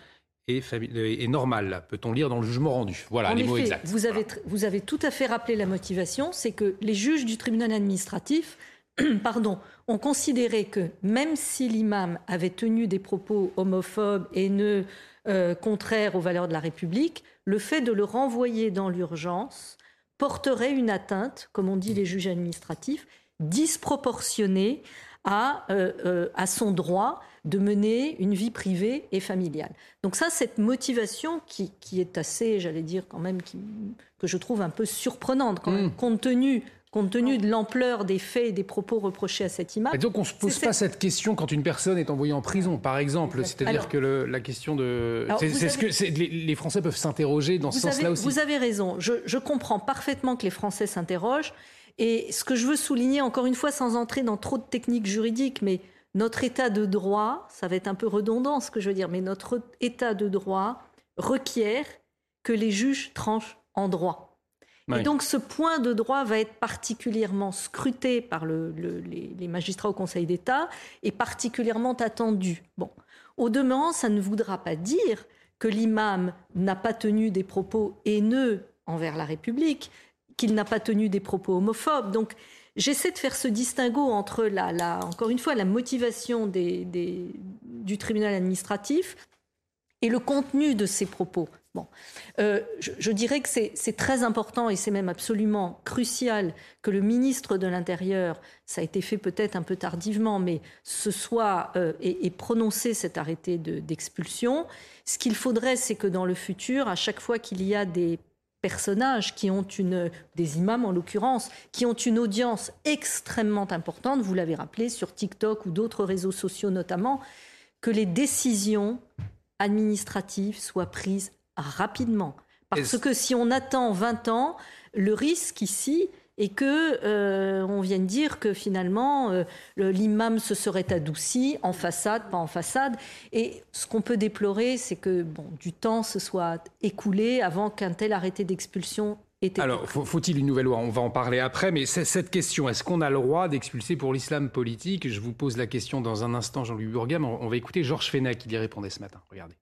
et, et normale, peut-on lire dans le jugement rendu. Voilà en les effet, mots exacts. Vous avez, vous avez tout à fait rappelé la motivation, c'est que les juges du tribunal administratif pardon, ont considéré que même si l'imam avait tenu des propos homophobes, haineux, euh, contraires aux valeurs de la République, le fait de le renvoyer dans l'urgence porterait une atteinte, comme on dit les juges administratifs, disproportionnée à, euh, euh, à son droit de mener une vie privée et familiale. Donc ça, cette motivation qui, qui est assez, j'allais dire quand même, qui, que je trouve un peu surprenante, quand même, mmh. compte tenu... compte tenu de l'ampleur des faits et des propos reprochés à cet imam. Et donc on ne se pose pas cette... cette question quand une personne est envoyée en prison, par exemple. Exactement. C'est-à-dire alors, que le, la question de... C'est, c'est avez... ce que c'est, les, les Français peuvent s'interroger dans ce vous sens-là avez, aussi. Vous avez raison. Je, je comprends parfaitement que les Français s'interrogent. Et ce que je veux souligner, encore une fois, sans entrer dans trop de techniques juridiques, mais notre état de droit, ça va être un peu redondant ce que je veux dire, mais notre état de droit requiert que les juges tranchent en droit. Oui. Et donc ce point de droit va être particulièrement scruté par le, le, les, les magistrats au Conseil d'État et particulièrement attendu. Bon, au demeurant, ça ne voudra pas dire que l'imam n'a pas tenu des propos haineux envers la République, qu'il n'a pas tenu des propos homophobes. Donc j'essaie de faire ce distinguo entre, la, la, encore une fois, la motivation des, des, du tribunal administratif et le contenu de ces propos. Bon, euh, je, je dirais que c'est, c'est très important et c'est même absolument crucial que le ministre de l'Intérieur, ça a été fait peut-être un peu tardivement, mais ce soit euh, et, et prononcer cet arrêté de, d'expulsion. Ce qu'il faudrait, c'est que dans le futur, à chaque fois qu'il y a des personnages qui ont une, des imams en l'occurrence, qui ont une audience extrêmement importante, vous l'avez rappelé, sur TikTok ou d'autres réseaux sociaux notamment, que les décisions administratives soient prises rapidement. Parce que si on attend vingt ans, le risque ici est que euh, on vienne dire que finalement euh, l'imam se serait adouci en façade, pas en façade. Et ce qu'on peut déplorer, c'est que bon, du temps se soit écoulé avant qu'un tel arrêté d'expulsion ait été. Alors, faut, faut-il une nouvelle loi ? On va en parler après, mais c'est cette question, est-ce qu'on a le droit d'expulser pour l'islam politique ? Je vous pose la question dans un instant, Jean-Louis Burgam. On va écouter Georges Fenech qui y répondait ce matin. Regardez.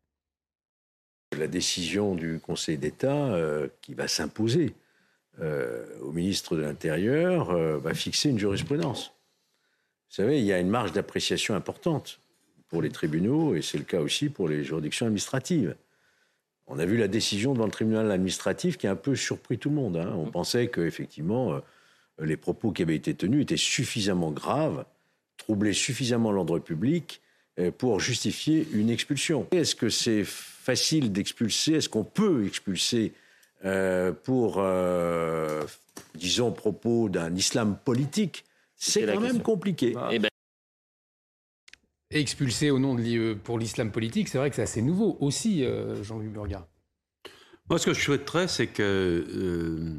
La décision du Conseil d'État euh, qui va s'imposer euh, au ministre de l'Intérieur euh, va fixer une jurisprudence. Vous savez, il y a une marge d'appréciation importante pour les tribunaux et c'est le cas aussi pour les juridictions administratives. On a vu la décision devant le tribunal administratif qui a un peu surpris tout le monde. Hein. On pensait qu'effectivement, euh, les propos qui avaient été tenus étaient suffisamment graves, troublaient suffisamment l'ordre public euh, pour justifier une expulsion. Est-ce que c'est facile d'expulser ? Est-ce qu'on peut expulser euh, pour, euh, disons, propos d'un islam politique ? C'est, c'est quand même compliqué. Ah. Ben... Expulser au nom de pour l'islam politique, c'est vrai que c'est assez nouveau aussi, euh, Jean-Louis Burgard. Moi, ce que je souhaiterais, c'est que euh,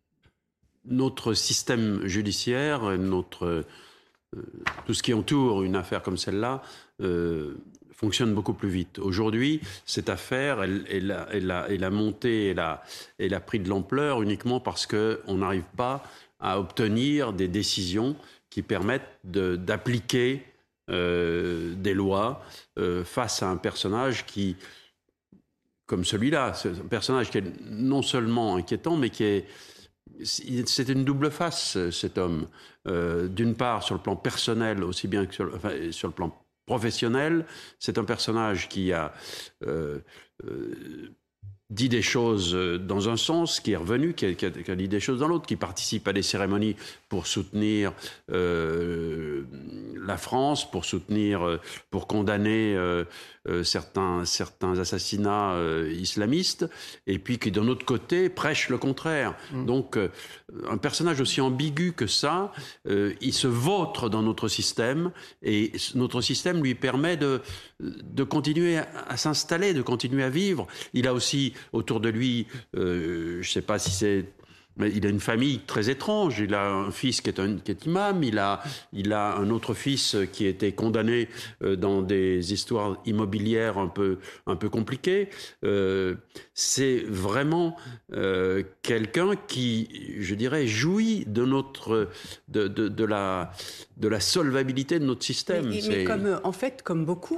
notre système judiciaire, notre, euh, tout ce qui entoure une affaire comme celle-là, euh, fonctionne beaucoup plus vite. Aujourd'hui, cette affaire, elle, elle, a, elle, a, elle a monté, elle a, elle a pris de l'ampleur uniquement parce qu'on n'arrive pas à obtenir des décisions qui permettent de, d'appliquer euh, des lois euh, face à un personnage qui, comme celui-là, c'est un personnage qui est non seulement inquiétant, mais qui est... C'est une double face, cet homme. Euh, d'une part, sur le plan personnel, aussi bien que sur, enfin, sur le plan professionnel, c'est un personnage qui a euh, euh, dit des choses dans un sens, qui est revenu, qui a, qui a, qui a dit des choses dans l'autre, qui participe à des cérémonies pour soutenir euh, la France, pour soutenir, pour condamner euh, euh, certains, certains assassinats euh, islamistes, et puis qui, d'un autre côté, prêche le contraire. Mmh. Donc, euh, un personnage aussi ambigu que ça, euh, il se vautre dans notre système, et notre système lui permet de, de continuer à, à s'installer, de continuer à vivre. Il a aussi autour de lui, euh, je ne sais pas si c'est... Mais il a une famille très étrange. Il a un fils qui est, un, qui est imam. Il a, il a un autre fils qui a été condamné euh, dans des histoires immobilières un peu, un peu compliquées. Euh, c'est vraiment euh, quelqu'un qui, je dirais, jouit de, notre, de, de, de, la, de la solvabilité de notre système. Mais, mais comme, en fait, comme beaucoup,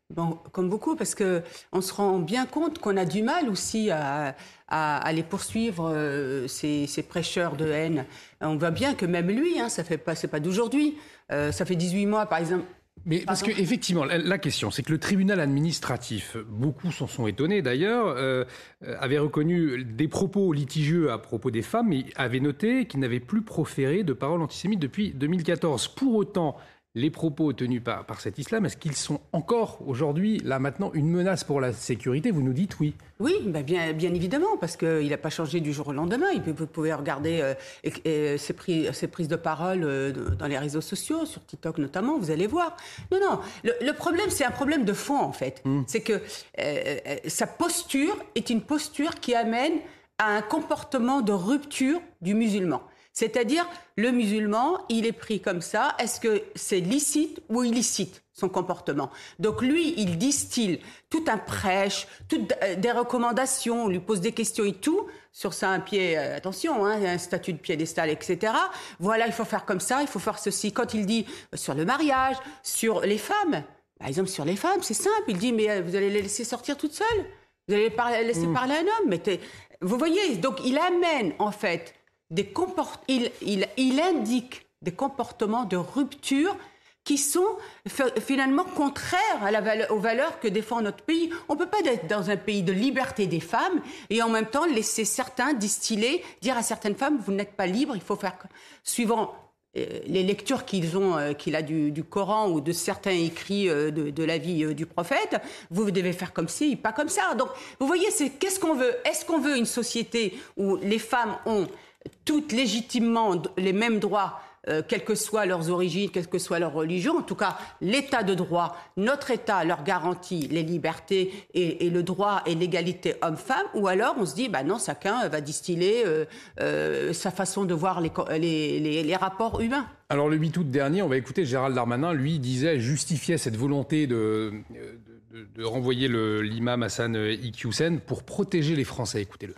Bon, comme beaucoup, parce qu'on se rend bien compte qu'on a du mal aussi à, à, à les poursuivre, euh, ces, ces prêcheurs de haine. On voit bien que même lui, hein, ça fait pas, c'est pas d'aujourd'hui, euh, ça fait dix-huit mois par exemple. Mais parce qu'effectivement, la, la question, c'est que le tribunal administratif, beaucoup s'en sont étonnés d'ailleurs, euh, avait reconnu des propos litigieux à propos des femmes, mais avait noté qu'il n'avait plus proféré de paroles antisémites depuis deux mille quatorze. Pour autant, les propos tenus par, par cet islam, est-ce qu'ils sont encore aujourd'hui, là maintenant, une menace pour la sécurité? Vous nous dites oui. Oui, bah bien, bien évidemment, parce qu'il n'a pas changé du jour au lendemain. Vous pouvez regarder euh, et, et ses, pris, ses prises de parole euh, dans les réseaux sociaux, sur TikTok notamment, vous allez voir. Non, non, le, le problème, c'est un problème de fond, en fait. Mmh. C'est que euh, sa posture est une posture qui amène à un comportement de rupture du musulman. C'est-à-dire, le musulman, il est pris comme ça. Est-ce que c'est licite ou illicite, son comportement? Donc lui, il distille tout un prêche, toutes des recommandations, on lui pose des questions et tout, sur ça un pied, euh, attention, hein, un statut de piédestal, et cetera. Voilà, il faut faire comme ça, il faut faire ceci. Quand il dit sur le mariage, sur les femmes, par exemple sur les femmes, c'est simple. Il dit, mais vous allez les laisser sortir toutes seules? Vous allez les par- laisser mmh. parler un homme? Mais vous voyez, donc il amène en fait... Des comport- il, il, il indique des comportements de rupture qui sont f- finalement contraires à la valeur, aux valeurs que défend notre pays. On ne peut pas être dans un pays de liberté des femmes et en même temps laisser certains distiller, dire à certaines femmes, vous n'êtes pas libres, il faut faire... Suivant euh, les lectures qu'ils ont, euh, qu'il a du, du Coran ou de certains écrits euh, de, de la vie euh, du prophète, vous devez faire comme ci, pas comme ça. Donc, vous voyez, c'est, qu'est-ce qu'on veut? Est-ce qu'on veut une société où les femmes ont... toutes légitimement les mêmes droits, euh, quelles que soient leurs origines, quelle que soit leur religion. En tout cas, l'état de droit, notre état leur garantit les libertés et, et le droit et l'égalité homme-femme, ou alors on se dit, bah non, chacun va distiller euh, euh, sa façon de voir les, les, les, les rapports humains. Alors le huit août dernier, on va écouter Gérald Darmanin, lui disait, justifiait cette volonté de, de, de renvoyer le, l'imam Hassan Iqiyoussen pour protéger les Français. Écoutez-le.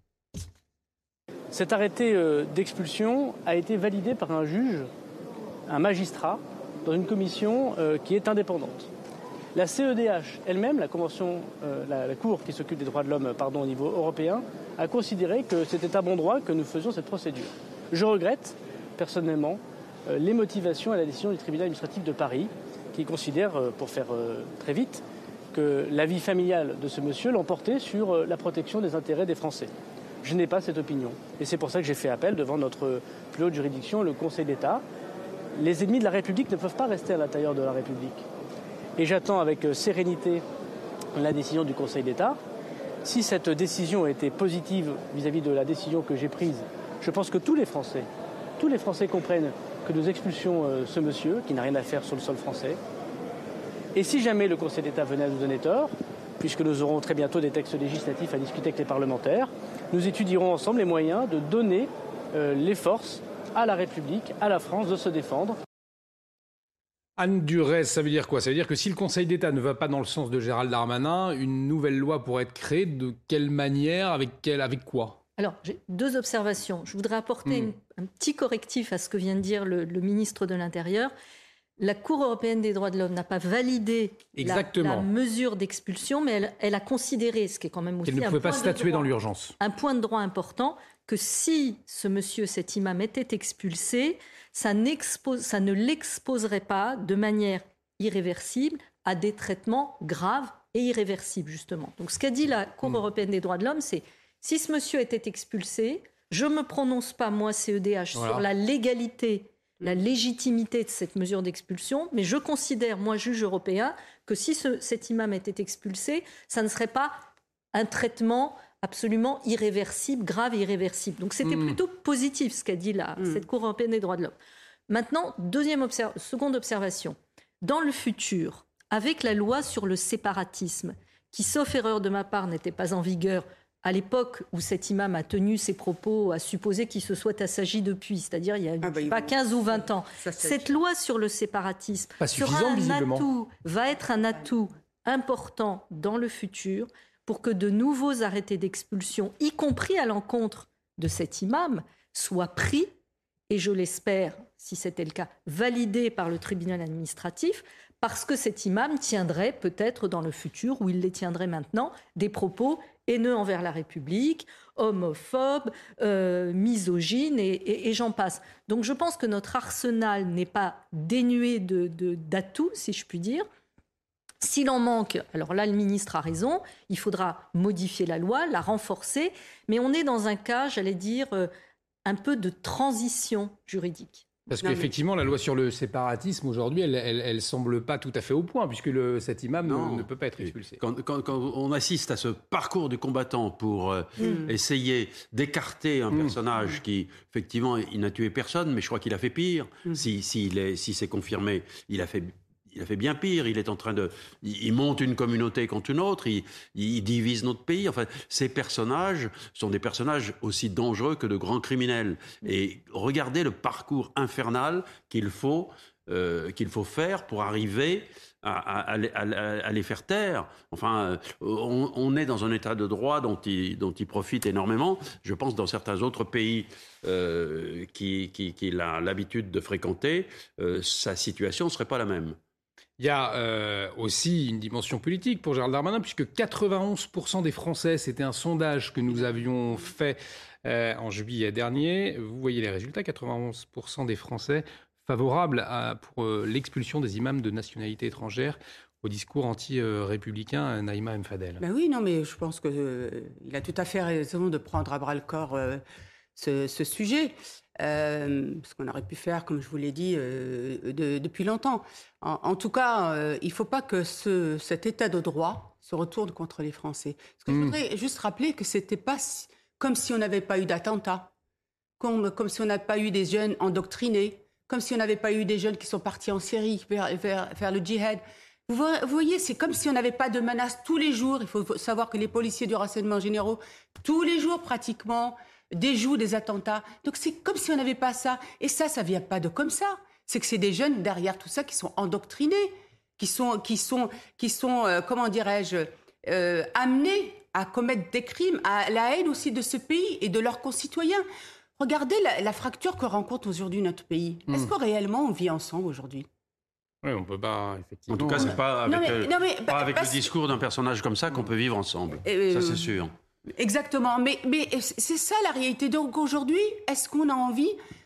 Cet arrêté d'expulsion a été validé par un juge, un magistrat, dans une commission qui est indépendante. La C E D H elle-même, la convention, la, la Cour qui s'occupe des droits de l'homme, pardon, au niveau européen, a considéré que c'était à bon droit que nous faisions cette procédure. Je regrette, personnellement, les motivations et la décision du tribunal administratif de Paris, qui considère, pour faire très vite, que la vie familiale de ce monsieur l'emportait sur la protection des intérêts des Français. Je n'ai pas cette opinion. Et c'est pour ça que j'ai fait appel devant notre plus haute juridiction, le Conseil d'État. Les ennemis de la République ne peuvent pas rester à l'intérieur de la République. Et j'attends avec sérénité la décision du Conseil d'État. Si cette décision était positive vis-à-vis de la décision que j'ai prise, je pense que tous les Français, tous les Français comprennent que nous expulsions ce monsieur, qui n'a rien à faire sur le sol français. Et si jamais le Conseil d'État venait à nous donner tort, puisque nous aurons très bientôt des textes législatifs à discuter avec les parlementaires, nous étudierons ensemble les moyens de donner euh, les forces à la République, à la France de se défendre. Anne Durez, ça veut dire quoi? Ça veut dire que si le Conseil d'État ne va pas dans le sens de Gérald Darmanin, une nouvelle loi pourrait être créée. De quelle manière? Avec, quel, avec quoi? Alors, j'ai deux observations. Je voudrais apporter mmh. une, un petit correctif à ce que vient de dire le, le ministre de l'Intérieur. La Cour européenne des droits de l'homme n'a pas validé la, la mesure d'expulsion, mais elle, elle a considéré, ce qui est quand même aussi qu'elle ne pouvait pas statuer droit, dans l'urgence. Un point de droit important, que si ce monsieur, cet imam, était expulsé, ça, ça ne l'exposerait pas de manière irréversible à des traitements graves et irréversibles, justement. Donc ce qu'a dit la Cour mmh. européenne des droits de l'homme, c'est si ce monsieur était expulsé, je ne me prononce pas, moi, C E D H, voilà. sur la légalité, la légitimité de cette mesure d'expulsion, mais je considère, moi, juge européen, que si ce, cet imam était expulsé, ça ne serait pas un traitement absolument irréversible, grave et irréversible. Donc c'était mmh. plutôt positif ce qu'a dit là, mmh. cette Cour européenne des droits de l'homme. Maintenant, deuxième observ- seconde observation. Dans le futur, avec la loi sur le séparatisme, qui, sauf erreur de ma part, n'était pas en vigueur à l'époque où cet imam a tenu ses propos, à supposer qu'il se soit assagi depuis, c'est-à-dire il y a ah bah, pas quinze ou vingt ans. Ça, ça, Cette ça... loi sur le séparatisme sera un atout, va être un atout important dans le futur pour que de nouveaux arrêtés d'expulsion, y compris à l'encontre de cet imam, soient pris, et je l'espère, si c'était le cas, validés par le tribunal administratif, parce que cet imam tiendrait peut-être dans le futur, ou il les tiendrait maintenant, des propos haineux envers la République, homophobes, euh, misogynes, et, et, et j'en passe. Donc je pense que notre arsenal n'est pas dénué de, de, d'atouts, si je puis dire. S'il en manque, alors là, le ministre a raison, il faudra modifier la loi, la renforcer, mais on est dans un cas, j'allais dire, euh, un peu de transition juridique. Parce qu'effectivement, la loi sur le séparatisme, aujourd'hui, elle, elle, elle semble pas tout à fait au point, puisque le, cet imam ne, ne peut pas être expulsé. Quand, quand, quand on assiste à ce parcours du combattant pour euh, mmh. essayer d'écarter un mmh. personnage qui, effectivement, il n'a tué personne, mais je crois qu'il a fait pire. Mmh. Si, si, il est, si c'est confirmé, il a fait... Il a fait bien pire, il est en train de... Il monte une communauté contre une autre, il, il divise notre pays. Enfin, ces personnages sont des personnages aussi dangereux que de grands criminels. Et regardez le parcours infernal qu'il faut, euh, qu'il faut faire pour arriver à, à, à, à les faire taire. Enfin, on, on est dans un état de droit dont il, dont il profite énormément. Je pense dans certains autres pays euh, qu'il qui, qui a l'habitude de fréquenter, euh, sa situation ne serait pas la même. Il y a euh, aussi une dimension politique pour Gérald Darmanin, puisque quatre-vingt-onze pour cent des Français, c'était un sondage que nous avions fait euh, en juillet dernier. Vous voyez les résultats, quatre-vingt-onze pour cent des Français favorables à, pour euh, l'expulsion des imams de nationalité étrangère au discours anti-républicain Naïma M. Fadel. Ben oui, non, mais je pense qu'il euh, a tout à fait raison de prendre à bras-le-corps euh, ce, ce sujet. Euh, ce qu'on aurait pu faire, comme je vous l'ai dit, euh, de, depuis longtemps. En, en tout cas, euh, il ne faut pas que ce, cet état de droit se retourne contre les Français. Parce que mmh. je voudrais juste rappeler que ce n'était pas si, comme si on n'avait pas eu d'attentats, comme, comme si on n'avait pas eu des jeunes endoctrinés, comme si on n'avait pas eu des jeunes qui sont partis en Syrie vers, vers, vers le djihad. Vous voyez, c'est comme si on n'avait pas de menaces tous les jours. Il faut savoir que les policiers du renseignement généraux, tous les jours pratiquement, déjouent des attentats. Donc c'est comme si on n'avait pas ça. Et ça, ça ne vient pas de comme ça. C'est que c'est des jeunes derrière tout ça qui sont endoctrinés, qui sont, qui sont, qui sont euh, comment dirais-je, euh, amenés à commettre des crimes, à la haine aussi de ce pays et de leurs concitoyens. Regardez la, la fracture que rencontre aujourd'hui notre pays. Mmh. Est-ce que réellement on vit ensemble aujourd'hui ? Oui, on peut pas, effectivement. En tout cas, c'est pas avec, non mais, non mais, pas avec bah, le discours d'un personnage comme ça qu'on peut vivre ensemble. Euh, ça, c'est sûr. Exactement. Mais, mais c'est ça la réalité. Donc aujourd'hui, est-ce qu'on a envie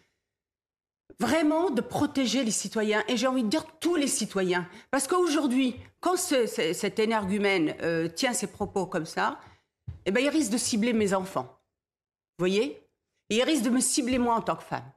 vraiment de protéger les citoyens ? Et j'ai envie de dire tous les citoyens. Parce qu'aujourd'hui, quand ce, ce, cet énergumène euh, tient ses propos comme ça, eh ben, il risque de cibler mes enfants. Vous voyez ? Et il risque de me cibler moi en tant que femme.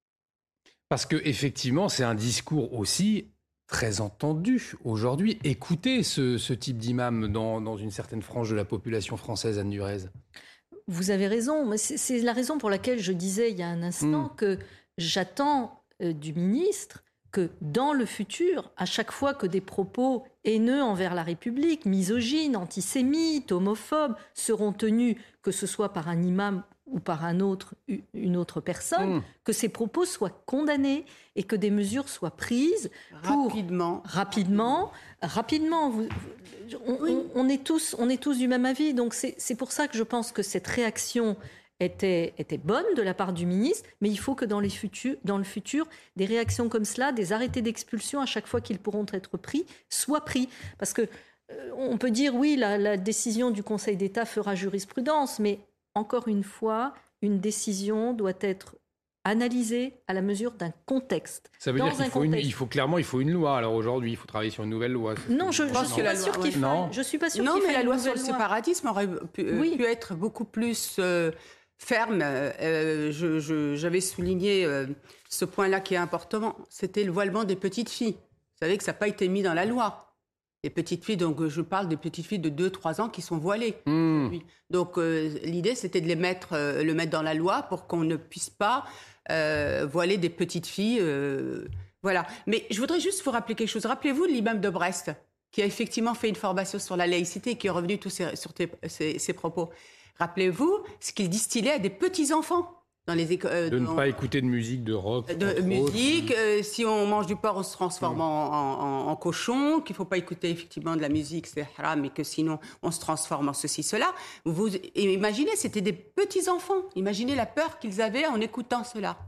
Parce qu'effectivement, c'est un discours aussi très entendu aujourd'hui. Écoutez ce, ce type d'imam dans, dans une certaine frange de la population française, Anne Durez. Vous avez raison. C'est, c'est la raison pour laquelle je disais il y a un instant mmh. que j'attends euh, du ministre que dans le futur, à chaque fois que des propos haineux envers la République, misogynes, antisémites, homophobes, seront tenus, que ce soit par un imam ou par un autre, une autre personne, mmh. que ces propos soient condamnés et que des mesures soient prises pour rapidement, rapidement, rapidement. Vous, on, oui. on, on est tous, on est tous du même avis. Donc c'est, c'est pour ça que je pense que cette réaction était, était bonne de la part du ministre, mais il faut que dans, les futurs, dans le futur, des réactions comme cela, des arrêtés d'expulsion à chaque fois qu'ils pourront être pris, soient pris, parce que euh, on peut dire oui, la, la décision du Conseil d'État fera jurisprudence, mais encore une fois, une décision doit être analysée à la mesure d'un contexte. Ça veut Dans dire qu'il faut, une, il faut clairement il faut une loi. Alors aujourd'hui, il faut travailler sur une nouvelle loi. Non, je ne suis pas sûre qu'il faille. Je suis pas sûre non, qu'il mais la loi sur le loi. séparatisme aurait pu, oui. pu être beaucoup plus euh, ferme. Euh, je, je, j'avais souligné euh, ce point-là qui est important. C'était le voilement des petites filles. Vous savez que ça n'a pas été mis dans la loi. Les petites filles, donc je parle des petites filles de deux trois ans qui sont voilées. Mmh. Donc euh, l'idée, c'était de les mettre, euh, le mettre dans la loi pour qu'on ne puisse pas euh, voiler des petites filles. Euh, voilà. Mais je voudrais juste vous rappeler quelque chose. Rappelez-vous de l'imam de Brest, qui a effectivement fait une formation sur la laïcité et qui est revenu tous ses, sur tes, ses, ses propos. Rappelez-vous ce qu'il distillait à des petits-enfants. Dans les éco- euh, de dans, ne pas écouter de musique, de rock. De musique. Euh, si on mange du porc, on se transforme mmh. en, en, en cochon. Qu'il ne faut pas écouter effectivement de la musique, c'est haram, mais que sinon on se transforme en ceci, cela. Vous imaginez, c'était des petits enfants. Imaginez la peur qu'ils avaient en écoutant cela.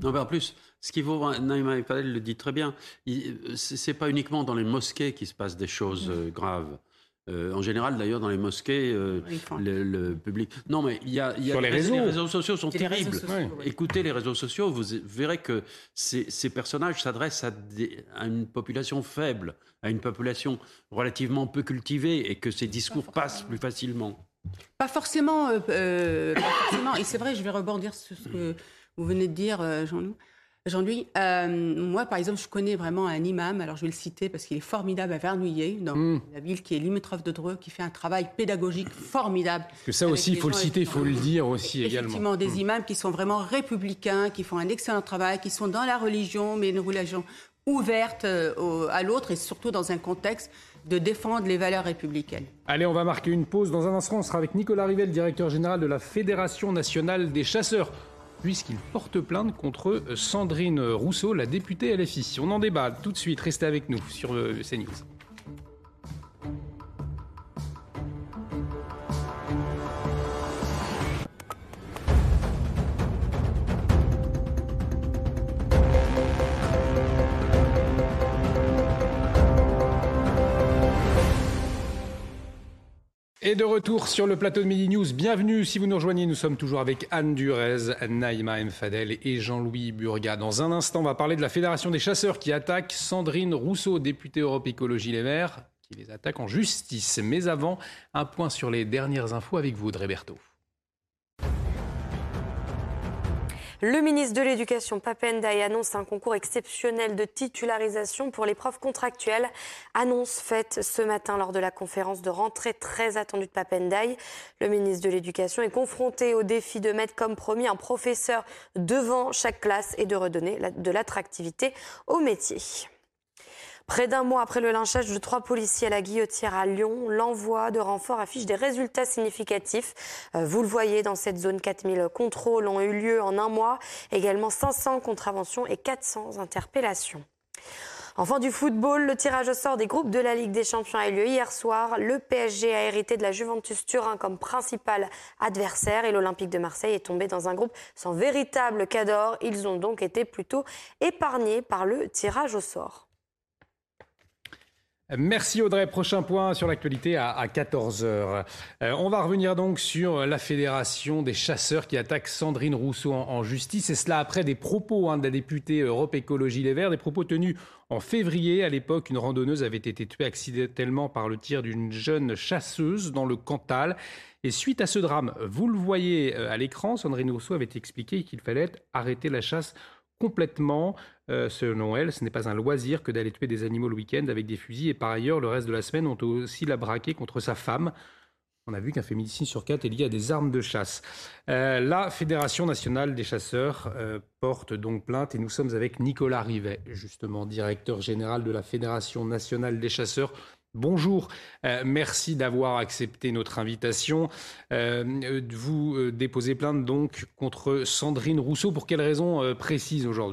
Non, mais en plus, ce qu'il faut, Naïma El Fadel le dit très bien, ce n'est pas uniquement dans les mosquées qu'il se passe des choses euh, graves. Euh, en général, d'ailleurs, dans les mosquées, euh, le, le public... Non, mais il y a... Y a Sur les réseaux. Les réseaux sociaux sont Et terribles. sociaux, ouais. Écoutez les réseaux sociaux, vous verrez que ces, ces personnages s'adressent à, des, à une population faible, à une population relativement peu cultivée, et que ces discours passent plus facilement. Pas forcément, euh, euh, pas forcément. Et c'est vrai, je vais rebondir sur ce que vous venez de dire, euh, Jean-Louis. Jean-Louis, euh, moi, par exemple, je connais vraiment un imam, alors je vais le citer parce qu'il est formidable à Vernouillet, dans mmh. la ville qui est limitrophe de Dreux, qui fait un travail pédagogique formidable. Parce que ça aussi, il faut le citer, il faut le dire aussi également. Effectivement, des imams qui sont vraiment républicains, qui font un excellent travail, qui sont dans la religion, mais une religion ouverte euh, à l'autre et surtout dans un contexte de défendre les valeurs républicaines. Allez, on va marquer une pause. Dans un instant, on sera avec Nicolas Rivel, directeur général de la Fédération nationale des chasseurs, puisqu'il porte plainte contre Sandrine Rousseau, la députée L F I. On en débat tout de suite. Restez avec nous sur CNews. Et de retour sur le plateau de Midi News. Bienvenue si vous nous rejoignez. Nous sommes toujours avec Anne Durez, Naïma El Fadel et Jean-Louis Burgat. Dans un instant, on va parler de la Fédération des chasseurs qui attaque Sandrine Rousseau, députée Europe Écologie Les Verts, qui les attaque en justice. Mais avant, un point sur les dernières infos avec vous, Audrey Berthaud. Le ministre de l'Éducation, Pape Ndiaye, annonce un concours exceptionnel de titularisation pour les profs contractuels. Annonce faite ce matin lors de la conférence de rentrée très attendue de Pape Ndiaye. Le ministre de l'Éducation est confronté au défi de mettre comme promis un professeur devant chaque classe et de redonner de l'attractivité au métier. Près d'un mois après le lynchage de trois policiers à la Guillotière à Lyon, l'envoi de renforts affiche des résultats significatifs. Vous le voyez, dans cette zone, quatre mille contrôles ont eu lieu en un mois. Également cinq cents contraventions et quatre cents interpellations. Enfin, du football, le tirage au sort des groupes de la Ligue des Champions a eu lieu hier soir. Le P S G a hérité de la Juventus Turin comme principal adversaire et l'Olympique de Marseille est tombé dans un groupe sans véritable cador. Ils ont donc été plutôt épargnés par le tirage au sort. Merci Audrey. Prochain point sur l'actualité à quatorze heures. Euh, on va revenir donc sur la Fédération des chasseurs qui attaque Sandrine Rousseau en, en justice. Et cela après des propos hein, de la députée Europe Écologie Les Verts, des propos tenus en février. À l'époque, une randonneuse avait été tuée accidentellement par le tir d'une jeune chasseuse dans le Cantal. Et suite à ce drame, vous le voyez à l'écran, Sandrine Rousseau avait expliqué qu'il fallait arrêter la chasse complètement. Euh, selon elle, ce n'est pas un loisir que d'aller tuer des animaux le week-end avec des fusils. Et par ailleurs, le reste de la semaine, on peut aussi la braquer contre sa femme. On a vu qu'un féminicide sur quatre est lié à des armes de chasse. Euh, la Fédération nationale des chasseurs euh, porte donc plainte et nous sommes avec Nicolas Rivet, justement, directeur général de la Fédération nationale des chasseurs. Bonjour, euh, merci d'avoir accepté notre invitation. Euh, vous euh, déposez plainte donc contre Sandrine Rousseau. Pour quelles raisons euh, précises aujourd'hui ?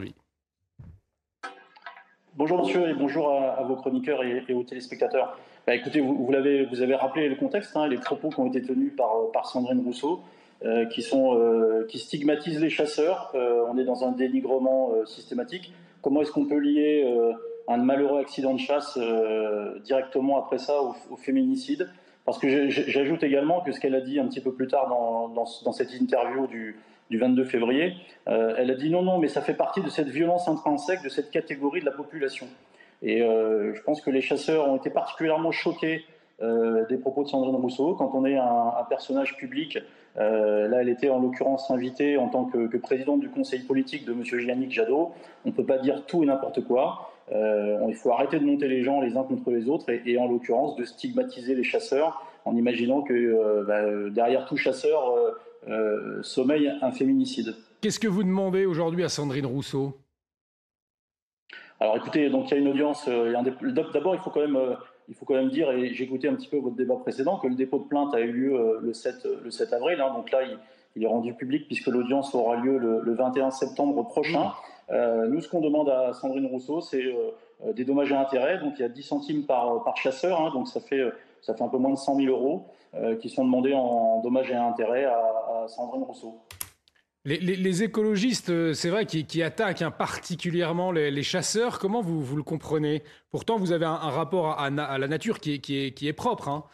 Bonjour monsieur et bonjour à, à vos chroniqueurs et, et aux téléspectateurs. Bah, écoutez, vous, vous, l'avez, vous avez rappelé le contexte, hein, les propos qui ont été tenus par, par Sandrine Rousseau, euh, qui, sont, euh, qui stigmatisent les chasseurs. Euh, on est dans un dénigrement euh, systématique. Comment est-ce qu'on peut lier euh, un malheureux accident de chasse euh, directement après ça au, au féminicide ? Parce que j'ajoute également que ce qu'elle a dit un petit peu plus tard dans, dans, dans cette interview du, du vingt-deux février, euh, elle a dit non, non, mais ça fait partie de cette violence intrinsèque de cette catégorie de la population. Et euh, je pense que les chasseurs ont été particulièrement choqués euh, des propos de Sandrine Rousseau. Quand on est un, un personnage public, euh, là elle était en l'occurrence invitée en tant que, que présidente du conseil politique de M. Yannick Jadot, on ne peut pas dire tout et n'importe quoi. Euh, il faut arrêter de monter les gens les uns contre les autres et, et en l'occurrence de stigmatiser les chasseurs en imaginant que euh, bah, derrière tout chasseur euh, euh, sommeille un féminicide. Qu'est-ce que vous demandez aujourd'hui à Sandrine Rousseau ? Alors écoutez, donc il y a une audience. Euh, un dé... D'abord, il faut quand même, euh, il faut quand même dire, et j'ai écouté un petit peu votre débat précédent, que le dépôt de plainte a eu lieu euh, le, sept, le sept avril. Hein, donc là, il, il est rendu public puisque l'audience aura lieu le, le vingt et un septembre prochain. Euh, nous, ce qu'on demande à Sandrine Rousseau, c'est euh, des dommages et intérêts. Donc il y a dix centimes par, par chasseur, hein, donc ça fait, ça fait un peu moins de cent mille euros euh, qui sont demandés en dommages et intérêts à, à Sandrine Rousseau. Les, les, les écologistes, c'est vrai, qui, qui attaquent hein, particulièrement les, les chasseurs, comment vous, vous le comprenez? Pourtant, vous avez un, un rapport à, à la nature qui est, qui est, qui est propre. Hein.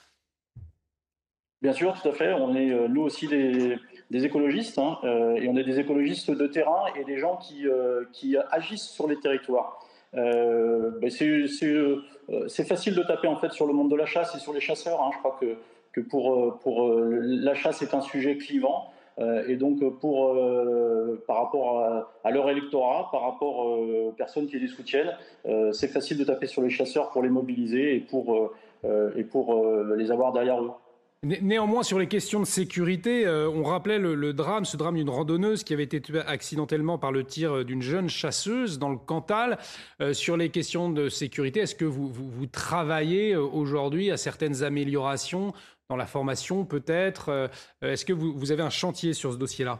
Bien sûr, tout à fait. On est, euh, nous aussi, des, des écologistes, hein, euh, et on est des écologistes de terrain et des gens qui, euh, qui agissent sur les territoires. Euh, ben c'est, c'est, euh, c'est facile de taper en fait sur le monde de la chasse et sur les chasseurs. Hein. Je crois que, que pour, pour euh, la chasse est un sujet clivant. Euh, et donc, pour, euh, par rapport à, à leur électorat, par rapport euh, aux personnes qui les soutiennent, euh, c'est facile de taper sur les chasseurs pour les mobiliser et pour, euh, et pour euh, les avoir derrière eux. Néanmoins, sur les questions de sécurité, euh, on rappelait le, le drame, ce drame d'une randonneuse qui avait été tuée accidentellement par le tir d'une jeune chasseuse dans le Cantal. Euh, sur les questions de sécurité, est-ce que vous, vous, vous travaillez aujourd'hui à certaines améliorations dans la formation peut-être? Est-ce que vous, vous avez un chantier sur ce dossier-là?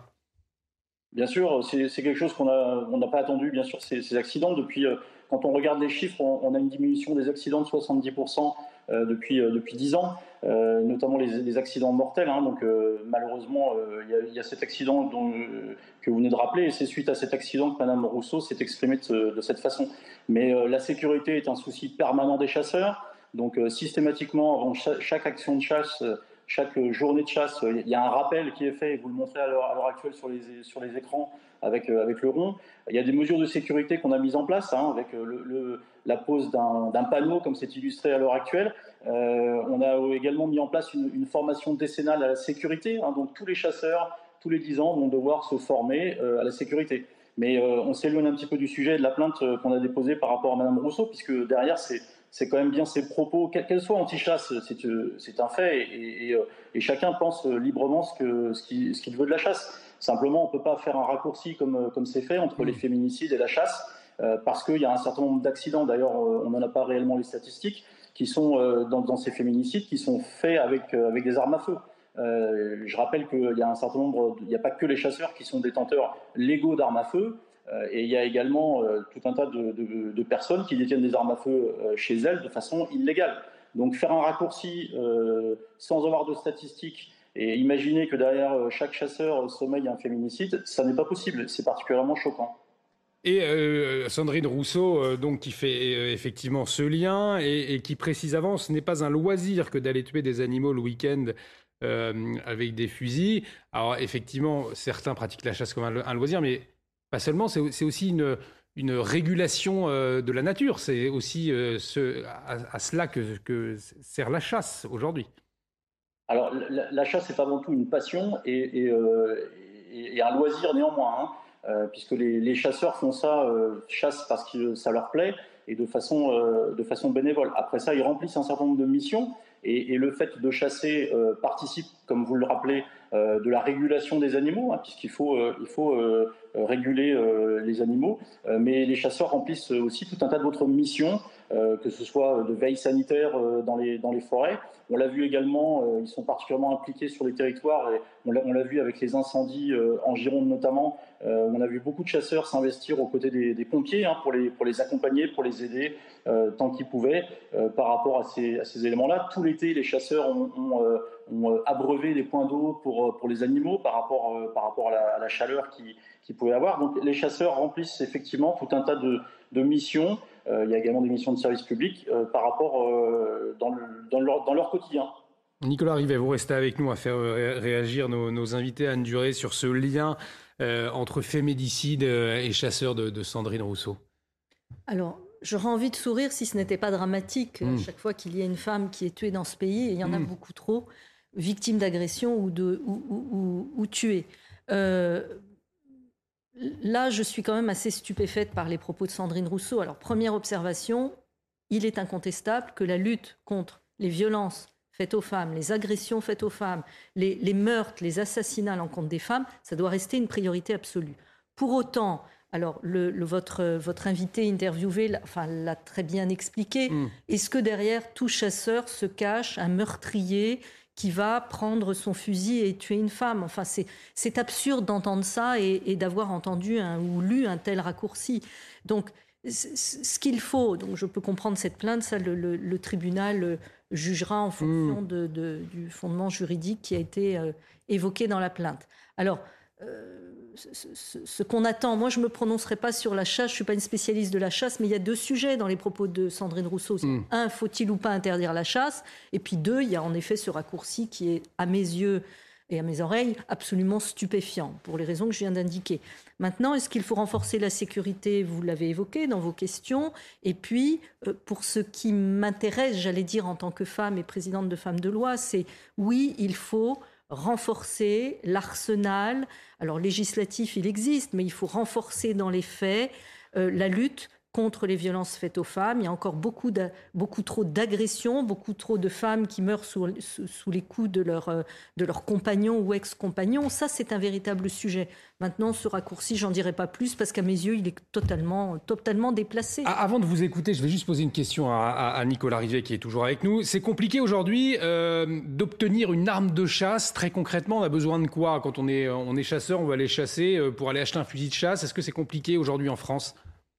Bien sûr, c'est, c'est quelque chose qu'on a, on n'a pas attendu, bien sûr, ces, ces accidents. Depuis, euh, quand on regarde les chiffres, on, on a une diminution des accidents de soixante-dix pour cent euh, depuis, euh, depuis dix ans, euh, notamment les, les accidents mortels. Hein, donc euh, malheureusement, il euh, y, y a cet accident dont, euh, que vous venez de rappeler, et c'est suite à cet accident que Mme Rousseau s'est exprimée de, de cette façon. Mais euh, la sécurité est un souci permanent des chasseurs. Donc euh, systématiquement, avant chaque, chaque action de chasse, euh, chaque journée de chasse, il euh, y a un rappel qui est fait, et vous le montrez à l'heure, à l'heure actuelle sur les, sur les écrans avec, euh, avec le rond. Il y a des mesures de sécurité qu'on a mises en place, hein, avec le, le, la pose d'un, d'un panneau, comme c'est illustré à l'heure actuelle. Euh, on a également mis en place une, une formation décennale à la sécurité. Hein, donc tous les chasseurs, tous les dix ans, vont devoir se former euh, à la sécurité. Mais euh, on s'éloigne un petit peu du sujet de la plainte euh, qu'on a déposée par rapport à Mme Rousseau, puisque derrière, c'est c'est quand même bien ses propos, qu'elle soit anti-chasse, c'est, c'est un fait, et, et, et chacun pense librement ce, que, ce, qu'il, ce qu'il veut de la chasse. Simplement, on ne peut pas faire un raccourci comme, comme c'est fait entre les féminicides et la chasse, euh, parce qu'il y a un certain nombre d'accidents, d'ailleurs on n'en a pas réellement les statistiques, qui sont euh, dans, dans ces féminicides, qui sont faits avec, euh, avec des armes à feu. Euh, je rappelle qu'il y a un certain nombre, il n'y a pas que les chasseurs qui sont détenteurs légaux d'armes à feu, Euh, et il y a également euh, tout un tas de, de, de personnes qui détiennent des armes à feu euh, chez elles de façon illégale. Donc faire un raccourci euh, sans avoir de statistiques et imaginer que derrière euh, chaque chasseur sommeille un féminicide, ça n'est pas possible. C'est particulièrement choquant. Et euh, Sandrine Rousseau, euh, donc, qui fait euh, effectivement ce lien et, et qui précise avant, ce n'est pas un loisir que d'aller tuer des animaux le week-end euh, avec des fusils. Alors effectivement, certains pratiquent la chasse comme un, un loisir, mais pas seulement, c'est, c'est aussi une, une régulation euh, de la nature. C'est aussi euh, ce, à, à cela que, que sert la chasse aujourd'hui. Alors, la, la chasse est avant tout une passion et, et, euh, et, et un loisir néanmoins, hein, euh, puisque les, les chasseurs font ça, euh, chassent parce que ça leur plaît et de façon, euh, de façon bénévole. Après ça, ils remplissent un certain nombre de missions et, et le fait de chasser euh, participe, comme vous le rappelez, euh, de la régulation des animaux, hein, puisqu'il faut, euh, il faut euh, réguler euh, les animaux. Euh, mais les chasseurs remplissent aussi tout un tas d'autres missions, euh, que ce soit de veille sanitaire euh, dans, les, dans les forêts. On l'a vu également, euh, ils sont particulièrement impliqués sur les territoires, et on l'a, on l'a vu avec les incendies euh, en Gironde notamment. Euh, on a vu beaucoup de chasseurs s'investir aux côtés des, des pompiers, hein, pour, les, pour les accompagner, pour les aider euh, tant qu'ils pouvaient euh, par rapport à ces, à ces éléments-là. Tout l'été, les chasseurs ont, ont, euh, ont abreuvé des points d'eau pour, pour les animaux par rapport, euh, par rapport à, la, à la chaleur qu'ils qui pouvaient avoir. Donc les chasseurs remplissent effectivement tout un tas de, de missions. Euh, il y a également des missions de service public euh, par rapport euh, dans, le, dans, leur, dans leur quotidien. Nicolas Rivet, vous restez avec nous à faire réagir nos, nos invités, Anne Duré, sur ce lien euh, entre féminicide et chasseurs de, de Sandrine Rousseau. Alors, j'aurais envie de sourire si ce n'était pas dramatique. Mmh. Chaque fois qu'il y a une femme qui est tuée dans ce pays, et il y en mmh. a beaucoup trop, victime d'agression ou, de, ou, ou, ou, ou tuée. Euh, là, je suis quand même assez stupéfaite par les propos de Sandrine Rousseau. Alors, première observation, il est incontestable que la lutte contre les violences faites aux femmes, les agressions faites aux femmes, les, les meurtres, les assassinats à l'encontre des femmes, ça doit rester une priorité absolue. Pour autant, alors le, le, votre, votre invité interviewé l'a, enfin, l'a très bien expliqué, mmh. est-ce que derrière tout chasseur se cache un meurtrier qui va prendre son fusil et tuer une femme? Enfin, c'est, c'est absurde d'entendre ça et, et d'avoir entendu un, ou lu un tel raccourci. Donc, ce qu'il faut, donc je peux comprendre cette plainte, ça le, le, le tribunal jugera en fonction mmh. de, de, du fondement juridique qui a été euh, évoqué dans la plainte. Alors, euh, ce, ce qu'on attend. Moi, je ne me prononcerai pas sur la chasse, je ne suis pas une spécialiste de la chasse, mais il y a deux sujets dans les propos de Sandrine Rousseau. Mmh. Un, faut-il ou pas interdire la chasse? Et puis deux, il y a en effet ce raccourci qui est, à mes yeux et à mes oreilles, absolument stupéfiant, pour les raisons que je viens d'indiquer. Maintenant, est-ce qu'il faut renforcer la sécurité? Vous l'avez évoqué dans vos questions. Et puis, pour ce qui m'intéresse, j'allais dire en tant que femme et présidente de Femmes de Loi, c'est oui, il faut renforcer l'arsenal. Alors, législatif, il existe, mais il faut renforcer dans les faits euh, la lutte contre les violences faites aux femmes. Il y a encore beaucoup, de, beaucoup trop d'agressions, beaucoup trop de femmes qui meurent sous, sous, sous les coups de leurs de leur compagnons ou ex-compagnons. Ça, c'est un véritable sujet. Maintenant, ce raccourci, j'en dirai pas plus parce qu'à mes yeux, il est totalement, totalement déplacé. Ah, avant de vous écouter, je vais juste poser une question à, à, à Nicolas Rivet qui est toujours avec nous. C'est compliqué aujourd'hui euh, d'obtenir une arme de chasse. Très concrètement, on a besoin de quoi? Quand on est, on est chasseur, on veut aller chasser euh, pour aller acheter un fusil de chasse. Est-ce que c'est compliqué aujourd'hui en France?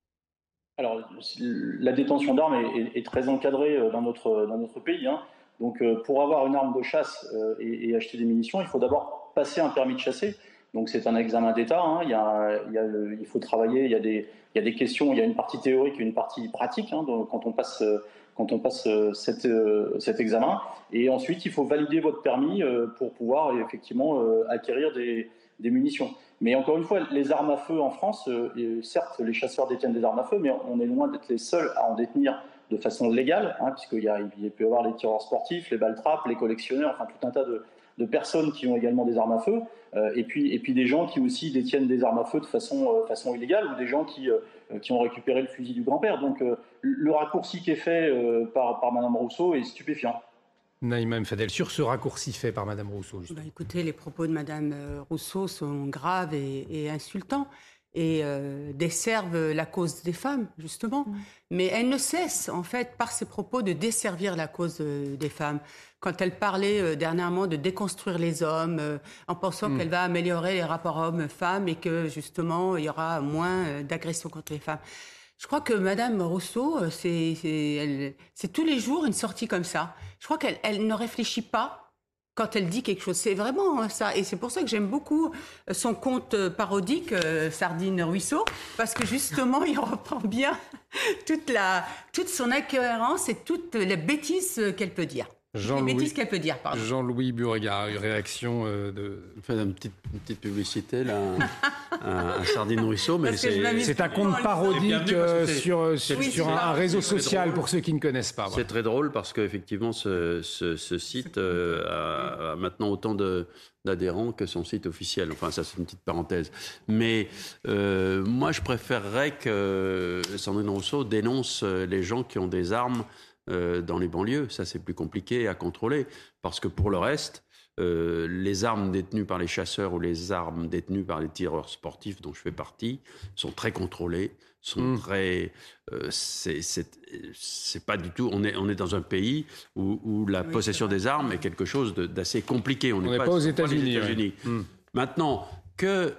Alors, la détention d'armes est, est, est très encadrée dans notre, dans notre pays. Hein. Donc, euh, pour avoir une arme de chasse euh, et, et acheter des munitions, il faut d'abord passer un permis de chasser. Donc, c'est un examen d'État. Hein. Il, y a, il, y a, il faut travailler. Il y, a des, il y a des questions. Il y a une partie théorique et une partie pratique hein, donc, quand on passe, quand on passe cette, cet examen. Et ensuite, il faut valider votre permis euh, pour pouvoir effectivement euh, acquérir des, des munitions. Mais encore une fois, les armes à feu en France, euh, certes, les chasseurs détiennent des armes à feu, mais on est loin d'être les seuls à en détenir de façon légale, hein, puisqu'il y a, il peut y avoir les tireurs sportifs, les balles trappes, les collectionneurs, enfin tout un tas de, de personnes qui ont également des armes à feu, euh, et, puis, et puis des gens qui aussi détiennent des armes à feu de façon, euh, façon illégale, ou des gens qui, euh, qui ont récupéré le fusil du grand-père. Donc euh, le raccourci qui est fait euh, par, par Mme Rousseau est stupéfiant. Naïma M. Fadel, sur ce raccourci fait par Mme Rousseau. Bah, écoutez, les propos de Mme Rousseau sont graves et, et insultants et euh, desservent la cause des femmes, justement. Mmh. Mais elle ne cesse, en fait, par ses propos, de desservir la cause euh, des femmes. Quand elle parlait euh, dernièrement de déconstruire les hommes, euh, en pensant mmh. qu'elle va améliorer les rapports hommes-femmes et que, justement, il y aura moins euh, d'agressions contre les femmes. Je crois que Mme Rousseau, c'est, c'est, elle, c'est tous les jours une sortie comme ça. Je crois qu'elle elle ne réfléchit pas quand elle dit quelque chose. C'est vraiment ça. Et c'est pour ça que j'aime beaucoup son conte parodique, euh, Sardine Ruisseau, parce que justement, il reprend bien toute, la, toute son incohérence et toutes les bêtises qu'elle peut dire. Jean-Louis, les bêtises qu'elle peut dire, pardon. Jean-Louis Burgard, une réaction euh, de... On fait une petite, une petite publicité, là, un, un Sardine Ruisseau, mais c'est... C'est un conte parodique euh, sur, sur, oui, sur un, un réseau social, pour ceux qui ne connaissent pas. C'est très drôle, parce qu'effectivement, ce, ce, ce site euh, a, a maintenant autant de... d'adhérents que son site officiel. Enfin, ça, c'est une petite parenthèse. Mais euh, moi, je préférerais que Sandrine Rousseau dénonce les gens qui ont des armes euh, dans les banlieues. Ça, c'est plus compliqué à contrôler. Parce que pour le reste, euh, les armes détenues par les chasseurs ou les armes détenues par les tireurs sportifs, dont je fais partie, sont très contrôlées, sont mmh. très... Euh, c'est, c'est, c'est pas du tout... On est, on est dans un pays où, où la oui, possession des armes est quelque chose de, d'assez compliqué. On n'est pas, pas aux États-Unis. Pas États-Unis. Ouais. Mmh. Maintenant, que...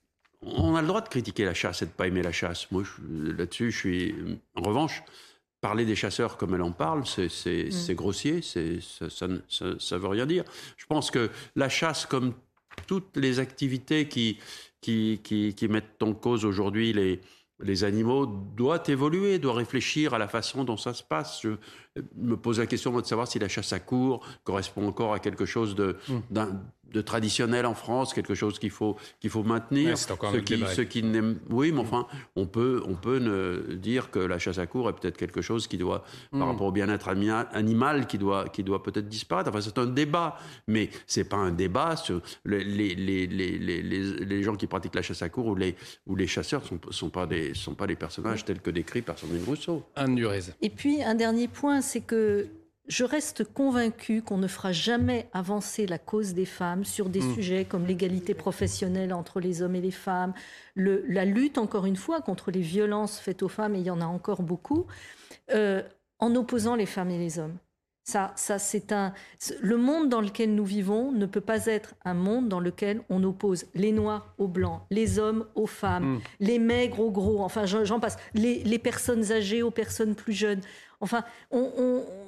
On a le droit de critiquer la chasse et de ne pas aimer la chasse. Moi, je, là-dessus, je suis... En revanche, parler des chasseurs comme elle en parle, c'est, c'est, mmh. c'est grossier, c'est, ça ne ça, ça, ça veut rien dire. Je pense que la chasse, comme toutes les activités qui, qui, qui, qui mettent en cause aujourd'hui les... les animaux, doit évoluer, doit réfléchir à la façon dont ça se passe. Je me pose la question moi, de savoir si la chasse à courre correspond encore à quelque chose de, mmh. de traditionnel en France, quelque chose qu'il faut, qu'il faut maintenir. Ouais, c'est encore ce qui, ce qui n'aime... Oui, mais enfin, on peut, on peut ne dire que la chasse à courre est peut-être quelque chose qui doit, mmh. par rapport au bien-être animal, qui doit, qui doit peut-être disparaître. Enfin, c'est un débat, mais c'est pas un débat sur les, les, les, les, les, les gens qui pratiquent la chasse à courre ou les, ou les chasseurs sont, sont pas des, sont pas les personnages tels que décrits par Sandrine Rousseau. Anne Durez. Et puis, un dernier point, c'est que je reste convaincue qu'on ne fera jamais avancer la cause des femmes sur des mmh. sujets comme l'égalité professionnelle entre les hommes et les femmes, le, la lutte, encore une fois, contre les violences faites aux femmes, et il y en a encore beaucoup, euh, en opposant les femmes et les hommes. Ça, ça, c'est un... Le monde dans lequel nous vivons ne peut pas être un monde dans lequel on oppose les noirs aux blancs, les hommes aux femmes, mmh. les maigres aux gros, enfin j'en passe, les, les personnes âgées aux personnes plus jeunes. Enfin, on... on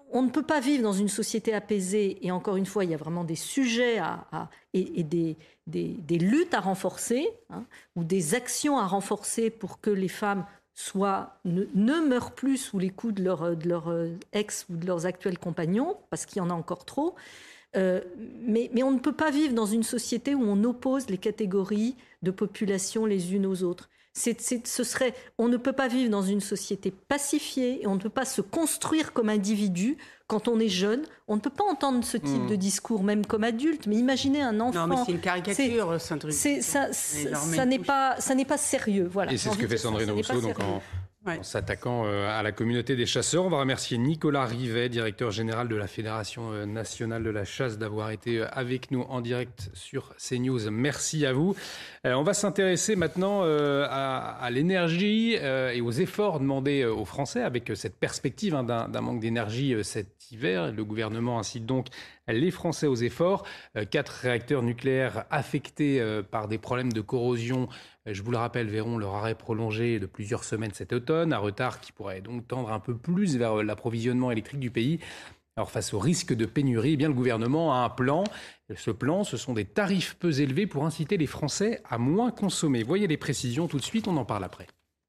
on ne peut pas vivre dans une société apaisée, et encore une fois, il y a vraiment des sujets à, à, et, et des, des, des luttes à renforcer, hein, ou des actions à renforcer pour que les femmes soient, ne, ne meurent plus sous les coups de leur, de leur ex ou de leurs actuels compagnons, parce qu'il y en a encore trop. Euh, mais, mais on ne peut pas vivre dans une société où on oppose les catégories de population les unes aux autres. C'est, c'est, ce serait, on ne peut pas vivre dans une société pacifiée et on ne peut pas se construire comme individu quand on est jeune. On ne peut pas entendre ce type mmh. de discours, même comme adulte. Mais imaginez un enfant. Non, mais c'est une caricature, c'est, Sandrine. C'est, ça, c'est, ça, n'est pas, ça n'est pas sérieux. Voilà. Et c'est ce que fait Sandrine Rousseau, donc en, ouais. en s'attaquant à la communauté des chasseurs. On va remercier Nicolas Rivet, directeur général de la Fédération nationale de la chasse, d'avoir été avec nous en direct sur CNews. Merci à vous. On va s'intéresser maintenant à, à l'énergie et aux efforts demandés aux Français avec cette perspective hein, d'un, d'un manque d'énergie cet hiver. Le gouvernement incite donc les Français aux efforts. Quatre réacteurs nucléaires affectés par des problèmes de corrosion, je vous le rappelle, verront leur arrêt prolongé de plusieurs semaines cet automne, un retard qui pourrait donc tendre un peu plus vers l'approvisionnement électrique du pays. Alors face au risque de pénurie, eh bien, le gouvernement a un plan. Ce plan, ce sont des tarifs peu élevés pour inciter les Français à moins consommer. Voyez les précisions tout de suite, on en parle après.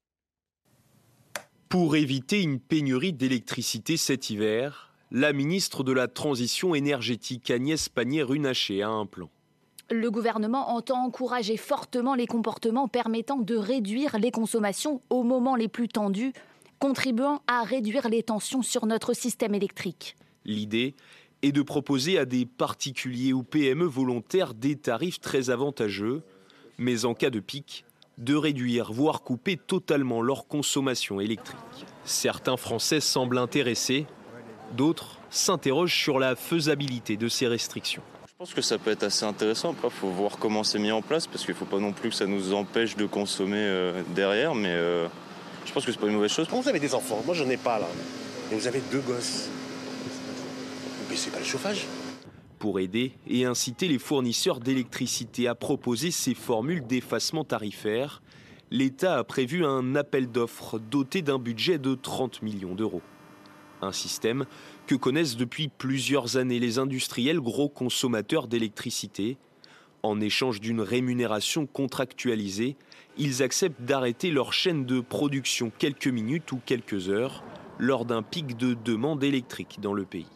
Pour éviter une pénurie d'électricité cet hiver, la ministre de la Transition énergétique Agnès Pannier-Runacher a un plan. Le gouvernement entend encourager fortement les comportements permettant de réduire les consommations aux moments les plus tendus, contribuant à réduire les tensions sur notre système électrique. L'idée est de proposer à des particuliers ou P M E volontaires des tarifs très avantageux, mais en cas de pic, de réduire, voire couper totalement leur consommation électrique. Certains Français semblent intéressés, d'autres s'interrogent sur la faisabilité de ces restrictions. Je pense que ça peut être assez intéressant. Après, il faut voir comment c'est mis en place, parce qu'il ne faut pas non plus que ça nous empêche de consommer euh, derrière, mais euh, je pense que c'est pas une mauvaise chose. Quand vous avez des enfants, moi j'en ai pas là, et vous avez deux gosses, vous baissez pas le chauffage. Pour aider et inciter les fournisseurs d'électricité à proposer ces formules d'effacement tarifaire, l'État a prévu un appel d'offres doté d'un budget de trente millions d'euros. Un système que connaissent depuis plusieurs années les industriels gros consommateurs d'électricité. En échange d'une rémunération contractualisée, ils acceptent d'arrêter leur chaîne de production quelques minutes ou quelques heures lors d'un pic de demande électrique dans le pays.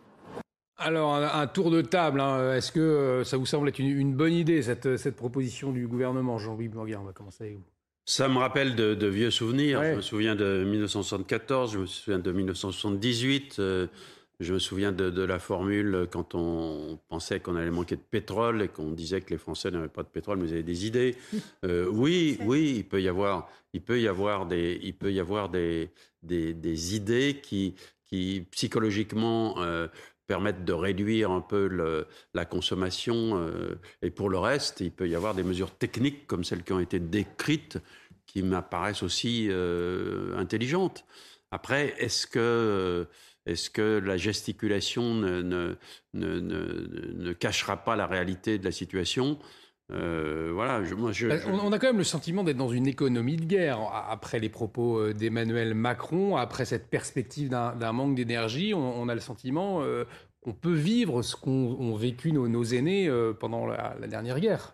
Alors, un, un tour de table, hein. Est-ce que ça vous semble être une, une bonne idée, cette, cette proposition du gouvernement? Jean-Louis Burguin, on va commencer avec vous. Ça me rappelle de, de vieux souvenirs. Ouais. Je me souviens de mille neuf cent soixante-quatorze, je me souviens de mille neuf cent soixante-dix-huit, euh, je me souviens de, de la formule quand on pensait qu'on allait manquer de pétrole et qu'on disait que les Français n'avaient pas de pétrole, mais ils avaient des idées. Euh, oui, oui, il peut y avoir, il peut y avoir des, il peut y avoir des, des, des idées qui, qui psychologiquement euh, permettent de réduire un peu le, la consommation. Euh, et pour le reste, il peut y avoir des mesures techniques comme celles qui ont été décrites qui m'apparaissent aussi euh, intelligentes. Après, est-ce que, est-ce que la gesticulation ne, ne, ne, ne, ne cachera pas la réalité de la situation ? Euh, voilà, je, moi, je, je... On a quand même le sentiment d'être dans une économie de guerre. Après les propos d'Emmanuel Macron, après cette perspective d'un, d'un manque d'énergie, on, on a le sentiment euh, qu'on peut vivre ce qu'ont ont vécu nos, nos aînés euh, pendant la, la dernière guerre.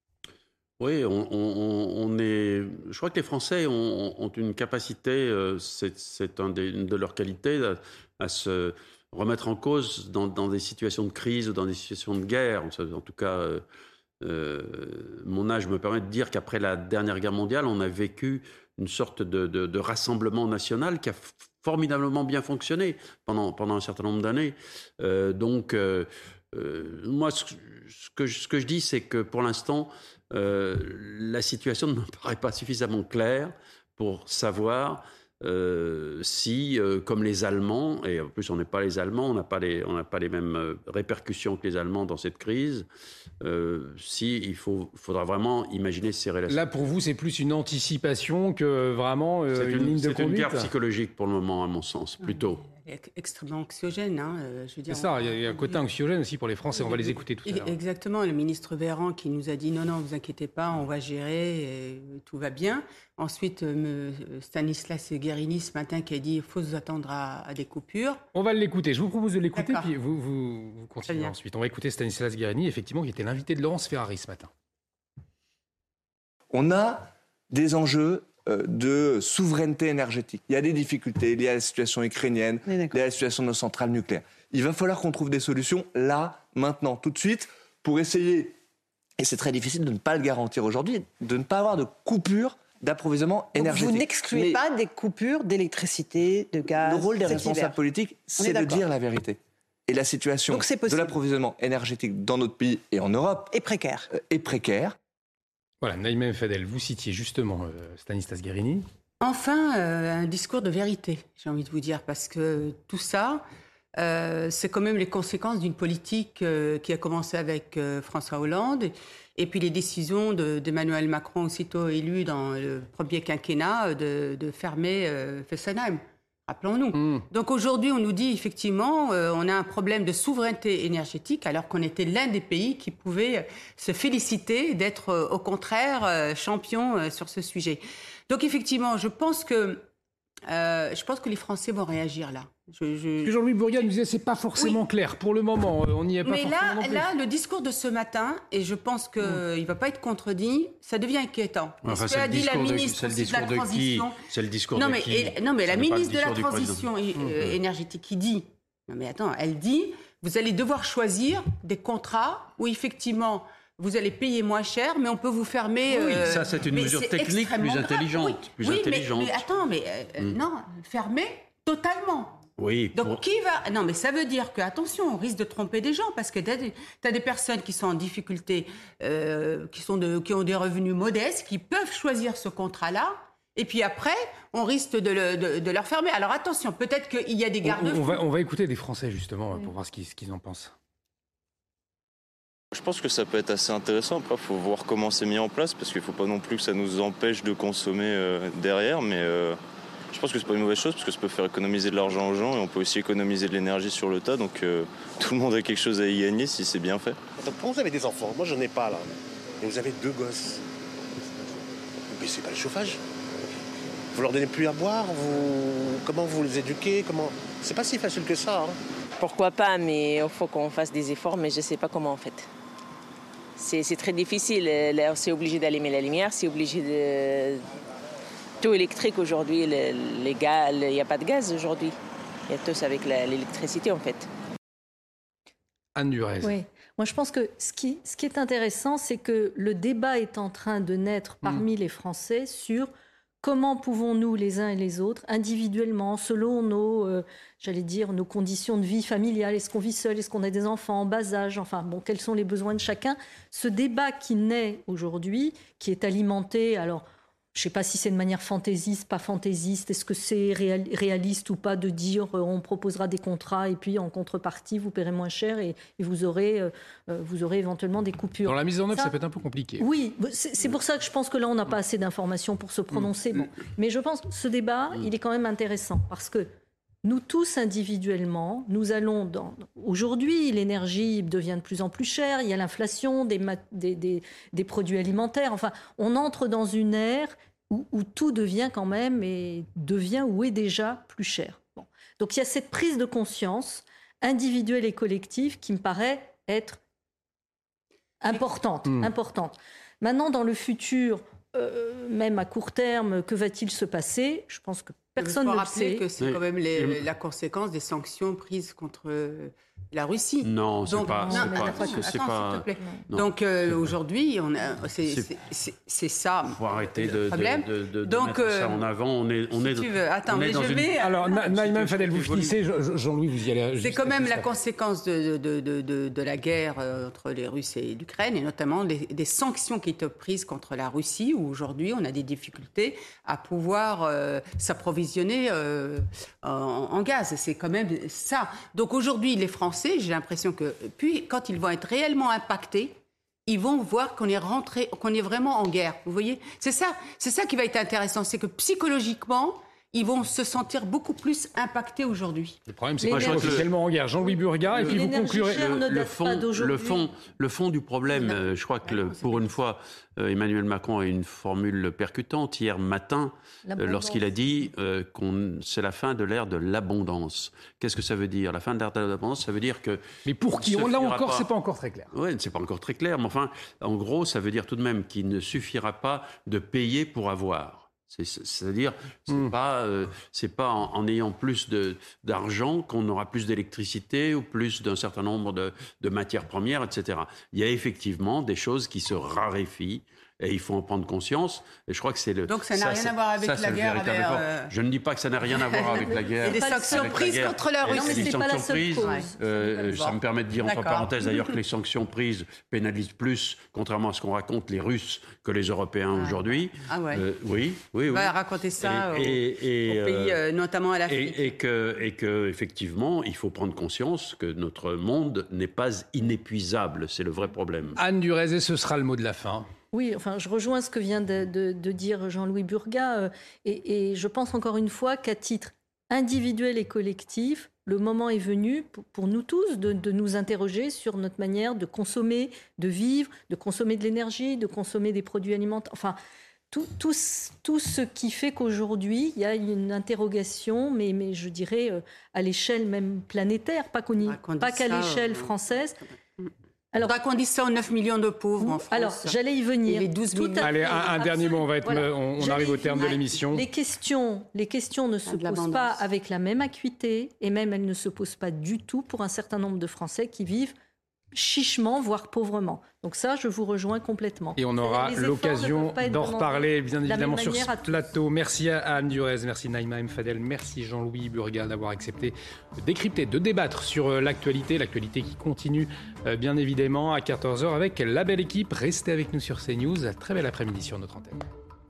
Oui, on, on, on est. Je crois que les Français ont, ont une capacité, euh, c'est, c'est un des, une de leurs qualités, à, à se remettre en cause dans, dans des situations de crise ou dans des situations de guerre. En tout cas, euh, euh, mon âge me permet de dire qu'après la dernière guerre mondiale, on a vécu une sorte de, de, de rassemblement national qui a formidablement bien fonctionné pendant, pendant un certain nombre d'années. Euh, donc, euh, euh, moi, ce que, ce que je dis, c'est que pour l'instant, Euh, la situation ne me paraît pas suffisamment claire pour savoir euh, si, euh, comme les Allemands, et en plus on n'est pas les Allemands, on n'a pas les, on n'a pas les mêmes répercussions que les Allemands dans cette crise, euh, si il faut, faudra vraiment imaginer ces relations. Là, pour vous, c'est plus une anticipation que vraiment euh, c'est une, une ligne de c'est conduite. C'est une guerre psychologique pour le moment, à mon sens, plutôt. Extrêmement anxiogène. Hein, je veux dire, c'est ça, on... il y a un côté anxiogène aussi pour les Français, on va les écouter tout à l'heure. Exactement, le ministre Véran qui nous a dit non, non, vous inquiétez pas, on va gérer, et tout va bien. Ensuite, euh, Stanislas Guerini ce matin qui a dit qu'il faut vous attendre à, à des coupures. On va l'écouter, je vous propose de l'écouter, puis vous, vous, vous continuez ensuite. On va écouter Stanislas Guerini, effectivement, qui était l'invité de Laurence Ferrari ce matin. On a des enjeux de souveraineté énergétique. Il y a des difficultés liées à la situation ukrainienne, liées à la situation de nos centrales nucléaires. Il va falloir qu'on trouve des solutions là, maintenant, tout de suite, pour essayer, et c'est très difficile de ne pas le garantir aujourd'hui, de ne pas avoir de coupure d'approvisionnement énergétique. Vous n'excluez Mais pas des coupures d'électricité, de gaz. Le rôle des responsables hiver. politiques, c'est de dire la vérité. Et la situation de l'approvisionnement énergétique dans notre pays et en Europe est précaire. Euh, est précaire. Voilà, Naïma M. Fadel, vous citiez justement euh, Stanislas Guerini. Enfin, euh, un discours de vérité, j'ai envie de vous dire, parce que tout ça, euh, c'est quand même les conséquences d'une politique euh, qui a commencé avec euh, François Hollande, et, et puis les décisions de, d'Emmanuel Macron, aussitôt élu dans le premier quinquennat, de, de fermer euh, Fessenheim. Rappelons-nous. Mmh. Donc aujourd'hui, on nous dit effectivement, euh, on a un problème de souveraineté énergétique, alors qu'on était l'un des pays qui pouvait se féliciter d'être, euh, au contraire, euh, champion euh, sur ce sujet. Donc effectivement, je pense que euh, je pense que les Français vont réagir là. Je, je... Jean-Louis Bourrias nous disait c'est pas forcément oui. clair pour le moment. On n'y est pas Mais forcément là, non plus. là, le discours de ce matin, et je pense qu'il mmh. ne va pas être contredit, ça devient inquiétant. Enfin, c'est, le dit la ministre de, c'est le discours de, de qui C'est le discours non, de mais, qui et, Non, mais ça la ministre de la Transition é- mmh. énergétique qui dit, non mais attends, elle dit, vous allez devoir choisir des contrats où effectivement vous allez payer moins cher, mais on peut vous fermer. Oui, euh, ça c'est une mesure c'est technique plus intelligente. Oui, plus oui intelligente. Mais, mais attends, mais euh, mmh. non, fermer totalement. Oui. Donc pour... qui va... Non, mais ça veut dire que, attention, on risque de tromper des gens, parce que tu as des, t'as des personnes qui sont en difficulté, euh, qui, sont de, qui ont des revenus modestes, qui peuvent choisir ce contrat-là, et puis après, on risque de, le, de, de leur fermer. Alors attention, peut-être qu'il y a des garde-fous. On, on, va, on va écouter des Français, justement, oui. pour voir ce qu'ils, ce qu'ils en pensent. Je pense que ça peut être assez intéressant. Après, il faut voir comment c'est mis en place, parce qu'il ne faut pas non plus que ça nous empêche de consommer euh, derrière, mais... Euh... Je pense que c'est pas une mauvaise chose parce que ça peut faire économiser de l'argent aux gens et on peut aussi économiser de l'énergie sur le tas. Donc euh, tout le monde a quelque chose à y gagner si c'est bien fait. Quand vous avez des enfants, moi j'en ai pas là, mais vous avez deux gosses. Vous baissez pas le chauffage. Vous leur donnez plus à boire. Vous... Comment vous les éduquez comment... C'est pas si facile que ça. Hein. Pourquoi pas, mais il faut qu'on fasse des efforts, mais je sais pas comment en fait. C'est, c'est très difficile. C'est obligé d'allumer la lumière, c'est obligé de... Tout électrique aujourd'hui, les, les gaz, il n'y a pas de gaz aujourd'hui. Il y a tous avec la, l'électricité en fait. Anne Durez. Oui, moi je pense que ce qui, ce qui est intéressant, c'est que le débat est en train de naître parmi mmh. les Français sur comment pouvons-nous les uns et les autres, individuellement, selon nos, euh, j'allais dire, nos conditions de vie familiale, est-ce qu'on vit seul, est-ce qu'on a des enfants en bas âge, enfin bon, quels sont les besoins de chacun. Ce débat qui naît aujourd'hui, qui est alimenté, alors... Je ne sais pas si c'est de manière fantaisiste, pas fantaisiste. Est-ce que c'est réaliste ou pas de dire euh, on proposera des contrats et puis en contrepartie, vous paierez moins cher et, et vous, aurez, euh, vous aurez éventuellement des coupures. Dans la mise en œuvre, ça, ça peut être un peu compliqué. Oui, c'est, c'est pour ça que je pense que là, on n'a pas assez d'informations pour se prononcer. Bon. Mais je pense que ce débat, il est quand même intéressant parce que nous tous individuellement, nous allons dans... Aujourd'hui, l'énergie devient de plus en plus chère, il y a l'inflation des, mat... des, des, des produits alimentaires. Enfin, on entre dans une ère où, où tout devient quand même et devient ou est déjà plus cher. Bon. Donc il y a cette prise de conscience individuelle et collective qui me paraît être importante. Mmh. importante. Maintenant, dans le futur, euh, même à court terme, que va-t-il se passer ? Je pense que personne ne le sait. Il faut rappeler que c'est oui. quand même les, la conséquence des sanctions prises contre la Russie. Non, c'est Donc, pas. Non, c'est mais pas, attends, c'est, c'est attends, pas, s'il te plaît. Non. Donc euh, aujourd'hui, on a, c'est, c'est, c'est, c'est ça. Il faut arrêter de, problème. de, de, de, Donc, mettre euh, ça en avant. On est, on si est, tu veux. Attends, on mais est dans je une... vais. Alors, Naïma Fadel, vous finissez. Jean-Louis, vous y allez. C'est quand même la conséquence de, de, de, de, de la guerre entre les Russes et l'Ukraine, et notamment des, des sanctions qui étaient prises contre la Russie, où aujourd'hui on a des difficultés à pouvoir euh, s'approvisionner euh, en, en gaz. C'est quand même ça. Donc aujourd'hui, les Français, j'ai l'impression que puis quand ils vont être réellement impactés, ils vont voir qu'on est rentré, qu'on est vraiment en guerre. Vous voyez, c'est ça, c'est ça qui va être intéressant, c'est que psychologiquement, ils vont se sentir beaucoup plus impactés aujourd'hui. Le problème, c'est qu'on est officiellement en guerre. Jean-Louis Burgat, et puis vous conclurez. Le, le, fond, le, fond, le fond du problème, euh, je crois que le, pour une fois, euh, Emmanuel Macron a une formule percutante hier matin, euh, lorsqu'il a dit euh, que c'est la fin de l'ère de l'abondance. Qu'est-ce que ça veut dire? La fin de l'ère de l'abondance, ça veut dire que... Mais pour qui? Là encore, pas... c'est pas encore très clair. Oui, c'est pas encore très clair, mais enfin, en gros, ça veut dire tout de même qu'il ne suffira pas de payer pour avoir. C'est, c'est-à-dire, c'est mmh. pas, euh, c'est pas en, en ayant plus de, d'argent qu'on aura plus d'électricité ou plus d'un certain nombre de, de matières premières, et cetera. Il y a effectivement des choses qui se raréfient. Et il faut en prendre conscience. Et je crois que c'est le. Donc ça n'a ça, rien à voir avec ça, la guerre. Avec, euh... Je ne dis pas que ça n'a rien à voir avec la guerre. Et des sanctions prises contre la Russie. Non, mais c'est pas la seule cause. Euh, ça me permet de dire entre parenthèses d'ailleurs que les sanctions prises pénalisent plus, contrairement à ce qu'on raconte les Russes, que les Européens ah. aujourd'hui. Ah ouais. Euh, oui, oui, oui. On va raconter ça et, aux, et, et, aux pays, euh, notamment à l'Afrique. Et, et que, et que effectivement, il faut prendre conscience que notre monde n'est pas inépuisable. C'est le vrai problème. Anne Durez, ce sera le mot de la fin. Oui, enfin, je rejoins ce que vient de, de, de dire Jean-Louis Burgat euh, et, et je pense encore une fois qu'à titre individuel et collectif, le moment est venu pour, pour nous tous de, de nous interroger sur notre manière de consommer, de vivre, de consommer de l'énergie, de consommer des produits alimentaires, enfin tout, tout, tout ce qui fait qu'aujourd'hui il y a une interrogation, mais, mais je dirais euh, à l'échelle même planétaire, pas, qu'on y, pas qu'à ça, l'échelle euh... française. Alors, il faudra qu'on dise ça aux neuf millions de pauvres en France. Alors, j'allais y venir. Les douze millions. Allez, un, un dernier mot, on, va être, voilà. on, on arrive au terme de l'émission. Les questions, les questions ne se posent pas avec la même acuité, et même elles ne se posent pas du tout pour un certain nombre de Français qui vivent chichement, voire pauvrement. Donc ça, je vous rejoins complètement. Et on aura l'occasion d'en reparler, bien évidemment, sur ce plateau. Merci à Anne Durez, merci Naïma M. Fadel, merci Jean-Louis Burgat d'avoir accepté de décrypter, de débattre sur l'actualité, l'actualité qui continue, bien évidemment, à quatorze heures avec la belle équipe. Restez avec nous sur CNews. Très bel après-midi sur notre antenne.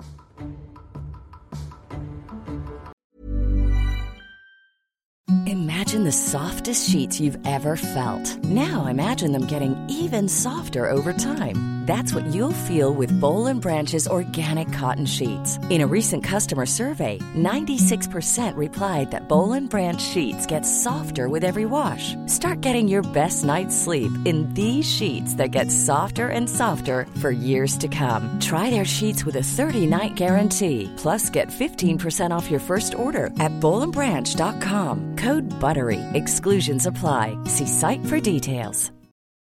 Imagine the softest sheets you've ever felt. Now imagine them getting even softer over time. That's what you'll feel with Boll and Branch's organic cotton sheets. In a recent customer survey, ninety-six percent replied that Boll and Branch sheets get softer with every wash. Start getting your best night's sleep in these sheets that get softer and softer for years to come. Try their sheets with a thirty-night guarantee. Plus, get fifteen percent off your first order at boll and branch dot com. Code BUTTERY. Exclusions apply. See site for details.